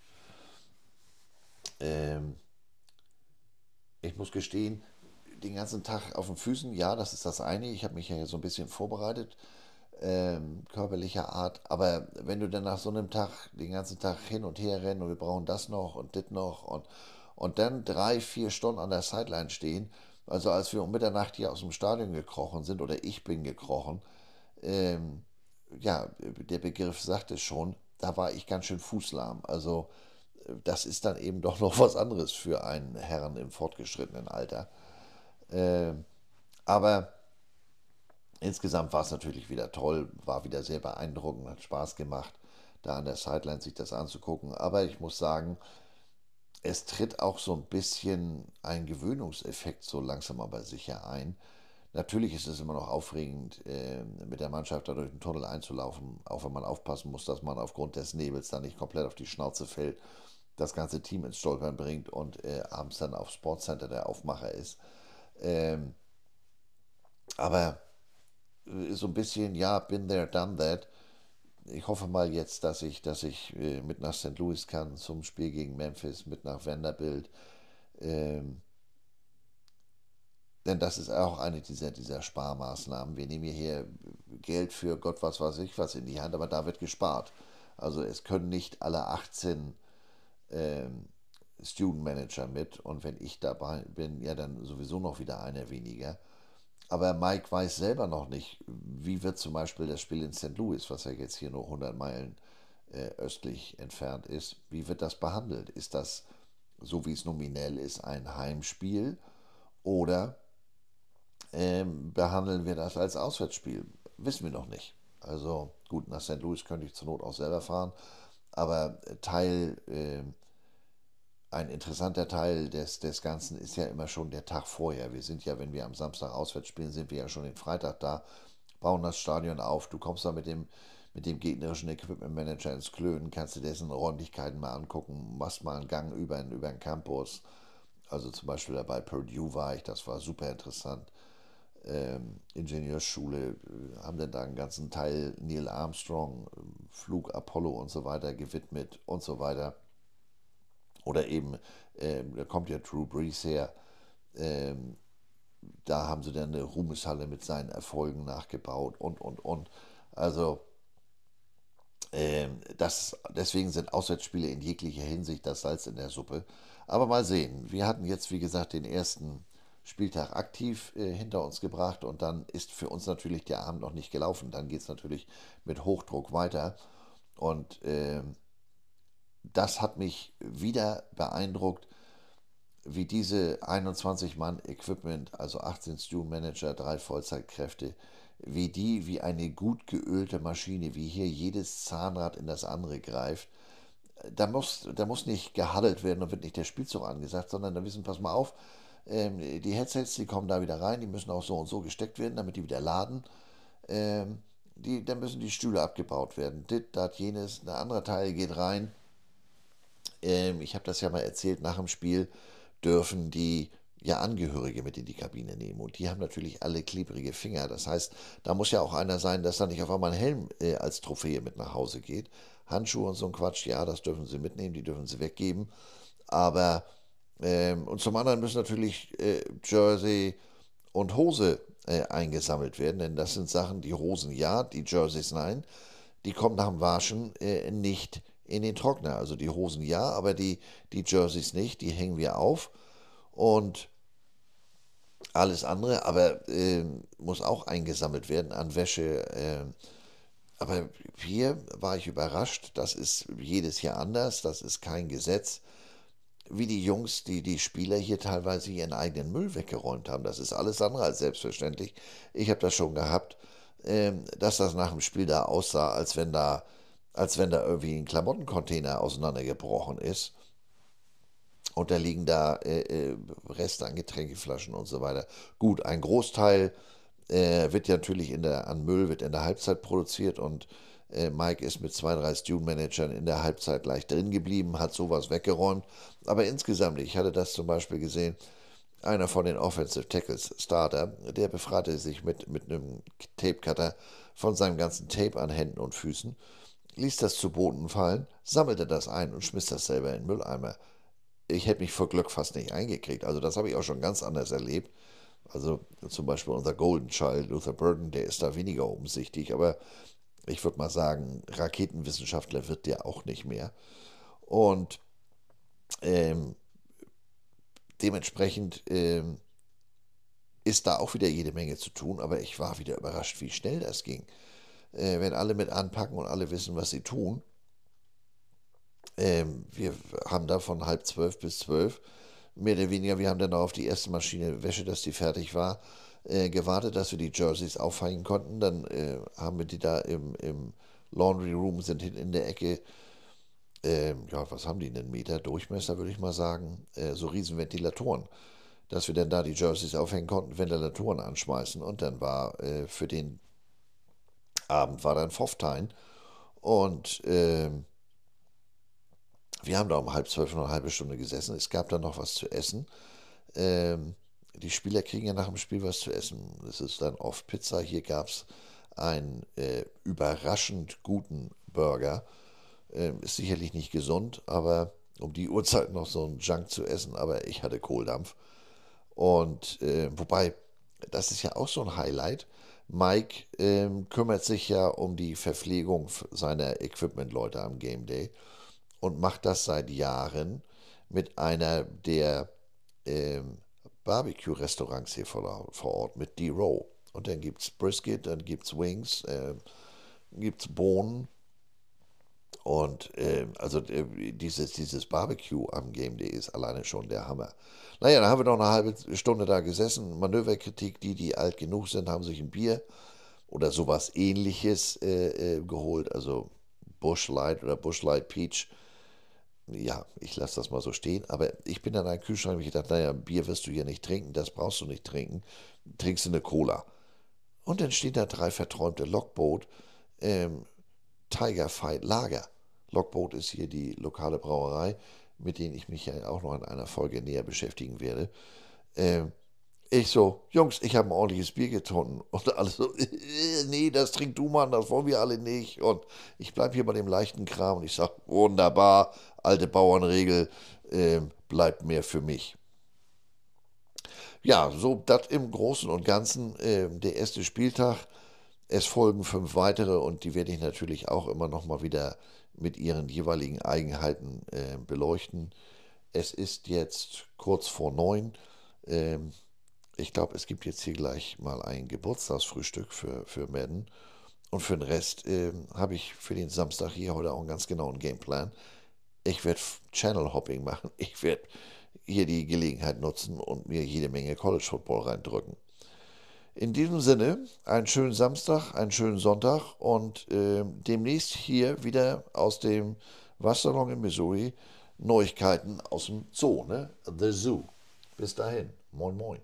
Ich muss gestehen, den ganzen Tag auf den Füßen, ja, das ist das eine. Ich habe mich ja so ein bisschen vorbereitet, körperlicher Art. Aber wenn du dann nach so einem Tag den ganzen Tag hin und her rennen und wir brauchen das noch und das noch und dann 3, 4 Stunden an der Sideline stehen, also als wir um Mitternacht hier aus dem Stadion gekrochen sind oder ich bin gekrochen, ähm, ja, der Begriff sagt es schon, da war ich ganz schön fußlahm. Also das ist dann eben doch noch was anderes für einen Herrn im fortgeschrittenen Alter. Aber Insgesamt war es natürlich wieder toll, war wieder sehr beeindruckend, hat Spaß gemacht, da an der Sideline sich das anzugucken. Aber ich muss sagen, es tritt auch so ein bisschen ein Gewöhnungseffekt so langsam aber sicher ein. Natürlich ist es immer noch aufregend, mit der Mannschaft da durch den Tunnel einzulaufen, auch wenn man aufpassen muss, dass man aufgrund des Nebels dann nicht komplett auf die Schnauze fällt, das ganze Team ins Stolpern bringt und abends dann auf Sportcenter der Aufmacher ist. Ähm, aber so ein bisschen, ja, been there, done that. Ich hoffe mal jetzt, dass ich mit nach St. Louis kann zum Spiel gegen Memphis, mit nach Vanderbilt. Ähm, Denn das ist auch eine dieser Sparmaßnahmen. Wir nehmen hier Geld für Gott was weiß ich was in die Hand, aber da wird gespart. Also es können nicht alle 18 ähm, Student Manager mit und wenn ich dabei bin, ja dann sowieso noch wieder einer weniger. Aber Mike weiß selber noch nicht, wie wird zum Beispiel das Spiel in St. Louis, was ja jetzt hier nur 100 Meilen östlich entfernt ist, wie wird das behandelt? Ist das, so wie es nominell ist, ein Heimspiel oder behandeln wir das als Auswärtsspiel? Wissen wir noch nicht. Also gut, nach St. Louis könnte ich zur Not auch selber fahren, aber ein interessanter Teil des Ganzen ist ja immer schon der Tag vorher. Wir sind ja, wenn wir am Samstag auswärts spielen, sind wir ja schon den Freitag da, bauen das Stadion auf. Du kommst da mit dem gegnerischen Equipment Manager ins Klönen, kannst dir dessen Räumlichkeiten mal angucken, machst mal einen Gang über den Campus. Also zum Beispiel da bei Purdue war ich, das war super interessant. Ingenieursschule, haben dann da einen ganzen Teil Neil Armstrong, Flug Apollo und so weiter gewidmet und so weiter. Oder eben, da kommt ja Drew Brees her, ähm, da haben sie dann eine Ruhmeshalle mit seinen Erfolgen nachgebaut und. Also deswegen sind Auswärtsspiele in jeglicher Hinsicht das Salz in der Suppe. Aber mal sehen. Wir hatten jetzt, wie gesagt, den ersten Spieltag aktiv hinter uns gebracht und dann ist für uns natürlich der Abend noch nicht gelaufen. Dann geht es natürlich mit Hochdruck weiter. Und das hat mich wieder beeindruckt, wie diese 21-Mann-Equipment, also 18 Stew-Manager, 3 Vollzeitkräfte, wie die wie eine gut geölte Maschine, wie hier jedes Zahnrad in das andere greift. Da muss nicht gehandelt werden und wird nicht der Spielzug angesagt, sondern da wissen, pass mal auf, die Headsets, die kommen da wieder rein, die müssen auch so und so gesteckt werden, damit die wieder laden. Dann müssen die Stühle abgebaut werden. Dit, dat, jenes, ein anderer Teil geht rein. Ich habe das ja mal erzählt, nach dem Spiel dürfen die ja Angehörige mit in die Kabine nehmen. Und die haben natürlich alle klebrige Finger. Das heißt, da muss ja auch einer sein, dass da nicht auf einmal ein Helm als Trophäe mit nach Hause geht. Handschuhe und so ein Quatsch, ja, das dürfen sie mitnehmen, die dürfen sie weggeben. Aber, und zum anderen müssen natürlich Jersey und Hose eingesammelt werden, denn das sind Sachen, die Hosen ja, die Jerseys nein, die kommen nach dem Waschen nicht in den Trockner. Also die Hosen ja, aber die Jerseys nicht, die hängen wir auf und alles andere, aber muss auch eingesammelt werden an Wäsche. Aber hier war ich überrascht, das ist jedes Jahr anders, das ist kein Gesetz. Wie die Jungs, die Spieler hier teilweise ihren eigenen Müll weggeräumt haben. Das ist alles andere als selbstverständlich. Ich habe das schon gehabt, dass das nach dem Spiel da aussah, als wenn da irgendwie ein Klamottencontainer auseinandergebrochen ist. Und da liegen da Reste an Getränkeflaschen und so weiter. Gut, ein Großteil wird ja natürlich an Müll wird in der Halbzeit produziert und Mike ist mit 2, 3 Stew-Managern in der Halbzeit gleich drin geblieben, hat sowas weggeräumt. Aber insgesamt, ich hatte das zum Beispiel gesehen, einer von den Offensive Tackles, Starter, der befreite sich mit einem Tape-Cutter von seinem ganzen Tape an Händen und Füßen, ließ das zu Boden fallen, sammelte das ein und schmiss das selber in den Mülleimer. Ich hätte mich vor Glück fast nicht eingekriegt. Also das habe ich auch schon ganz anders erlebt. Also zum Beispiel unser Golden Child, Luther Burden, der ist da weniger umsichtig, aber ich würde mal sagen, Raketenwissenschaftler wird der auch nicht mehr. Und ähm, dementsprechend ist da auch wieder jede Menge zu tun, aber ich war wieder überrascht, wie schnell das ging. Wenn alle mit anpacken und alle wissen, was sie tun. Wir haben da von halb 12 bis 12 mehr oder weniger, wir haben dann auf die erste Maschine Wäsche, dass die fertig war, gewartet, dass wir die Jerseys aufhängen konnten. Dann haben wir die da im Laundry Room, sind hinten in der Ecke, ja, was haben die, einen Meter Durchmesser, würde ich mal sagen, so riesen Ventilatoren, dass wir dann da die Jerseys aufhängen konnten, Ventilatoren anschmeißen. Und dann war für den Abend war dann Pfofftein. Und wir haben da um 11:30 noch eine halbe Stunde gesessen. Es gab dann noch was zu essen. Die Spieler kriegen ja nach dem Spiel was zu essen. Das ist dann oft Pizza. Hier gab es einen überraschend guten Burger. Ist sicherlich nicht gesund, aber um die Uhrzeit noch so einen Junk zu essen. Aber ich hatte Kohldampf. Und wobei, das ist ja auch so ein Highlight. Mike kümmert sich ja um die Verpflegung seiner Equipment-Leute am Game Day und macht das seit Jahren mit einer der Barbecue-Restaurants hier vor Ort, mit D-Row. Und dann gibt es Brisket, dann gibt es Wings, gibt es Bohnen. Und also dieses Barbecue am Game Day ist alleine schon der Hammer. Naja, dann haben wir noch eine halbe Stunde da gesessen. Manöverkritik, die alt genug sind, haben sich ein Bier oder sowas ähnliches geholt. Also Busch Light oder Busch Light Peach. Ja, ich lasse das mal so stehen. Aber ich bin dann an den Kühlschrank und ich gedacht, naja, Bier wirst du hier nicht trinken, das brauchst du nicht trinken. Trinkst du eine Cola. Und dann stehen da 3 verträumte Lockboat ähm, Tiger Fight Lager. Lockboat ist hier die lokale Brauerei, mit denen ich mich ja auch noch in einer Folge näher beschäftigen werde. Ähm, Ich so, Jungs, ich habe ein ordentliches Bier getrunken. Und alle so, nee, das trink du, Mann, das wollen wir alle nicht. Und ich bleibe hier bei dem leichten Kram. Und ich sage, wunderbar, alte Bauernregel, bleibt mehr für mich. Ja, so das im Großen und Ganzen der erste Spieltag. Es folgen 5 weitere und die werde ich natürlich auch immer noch mal wieder mit ihren jeweiligen Eigenheiten beleuchten. Es ist jetzt kurz vor 9. Ähm, Ich glaube, es gibt jetzt hier gleich mal ein Geburtstagsfrühstück für Madden. Und für den Rest habe ich für den Samstag hier heute auch einen ganz genauen Gameplan. Ich werde Channel Hopping machen. Ich werde hier die Gelegenheit nutzen und mir jede Menge College Football reindrücken. In diesem Sinne, einen schönen Samstag, einen schönen Sonntag und demnächst hier wieder aus dem Wassersalon in Missouri Neuigkeiten aus dem Zoo, ne? The Zoo. Bis dahin. Moin, moin.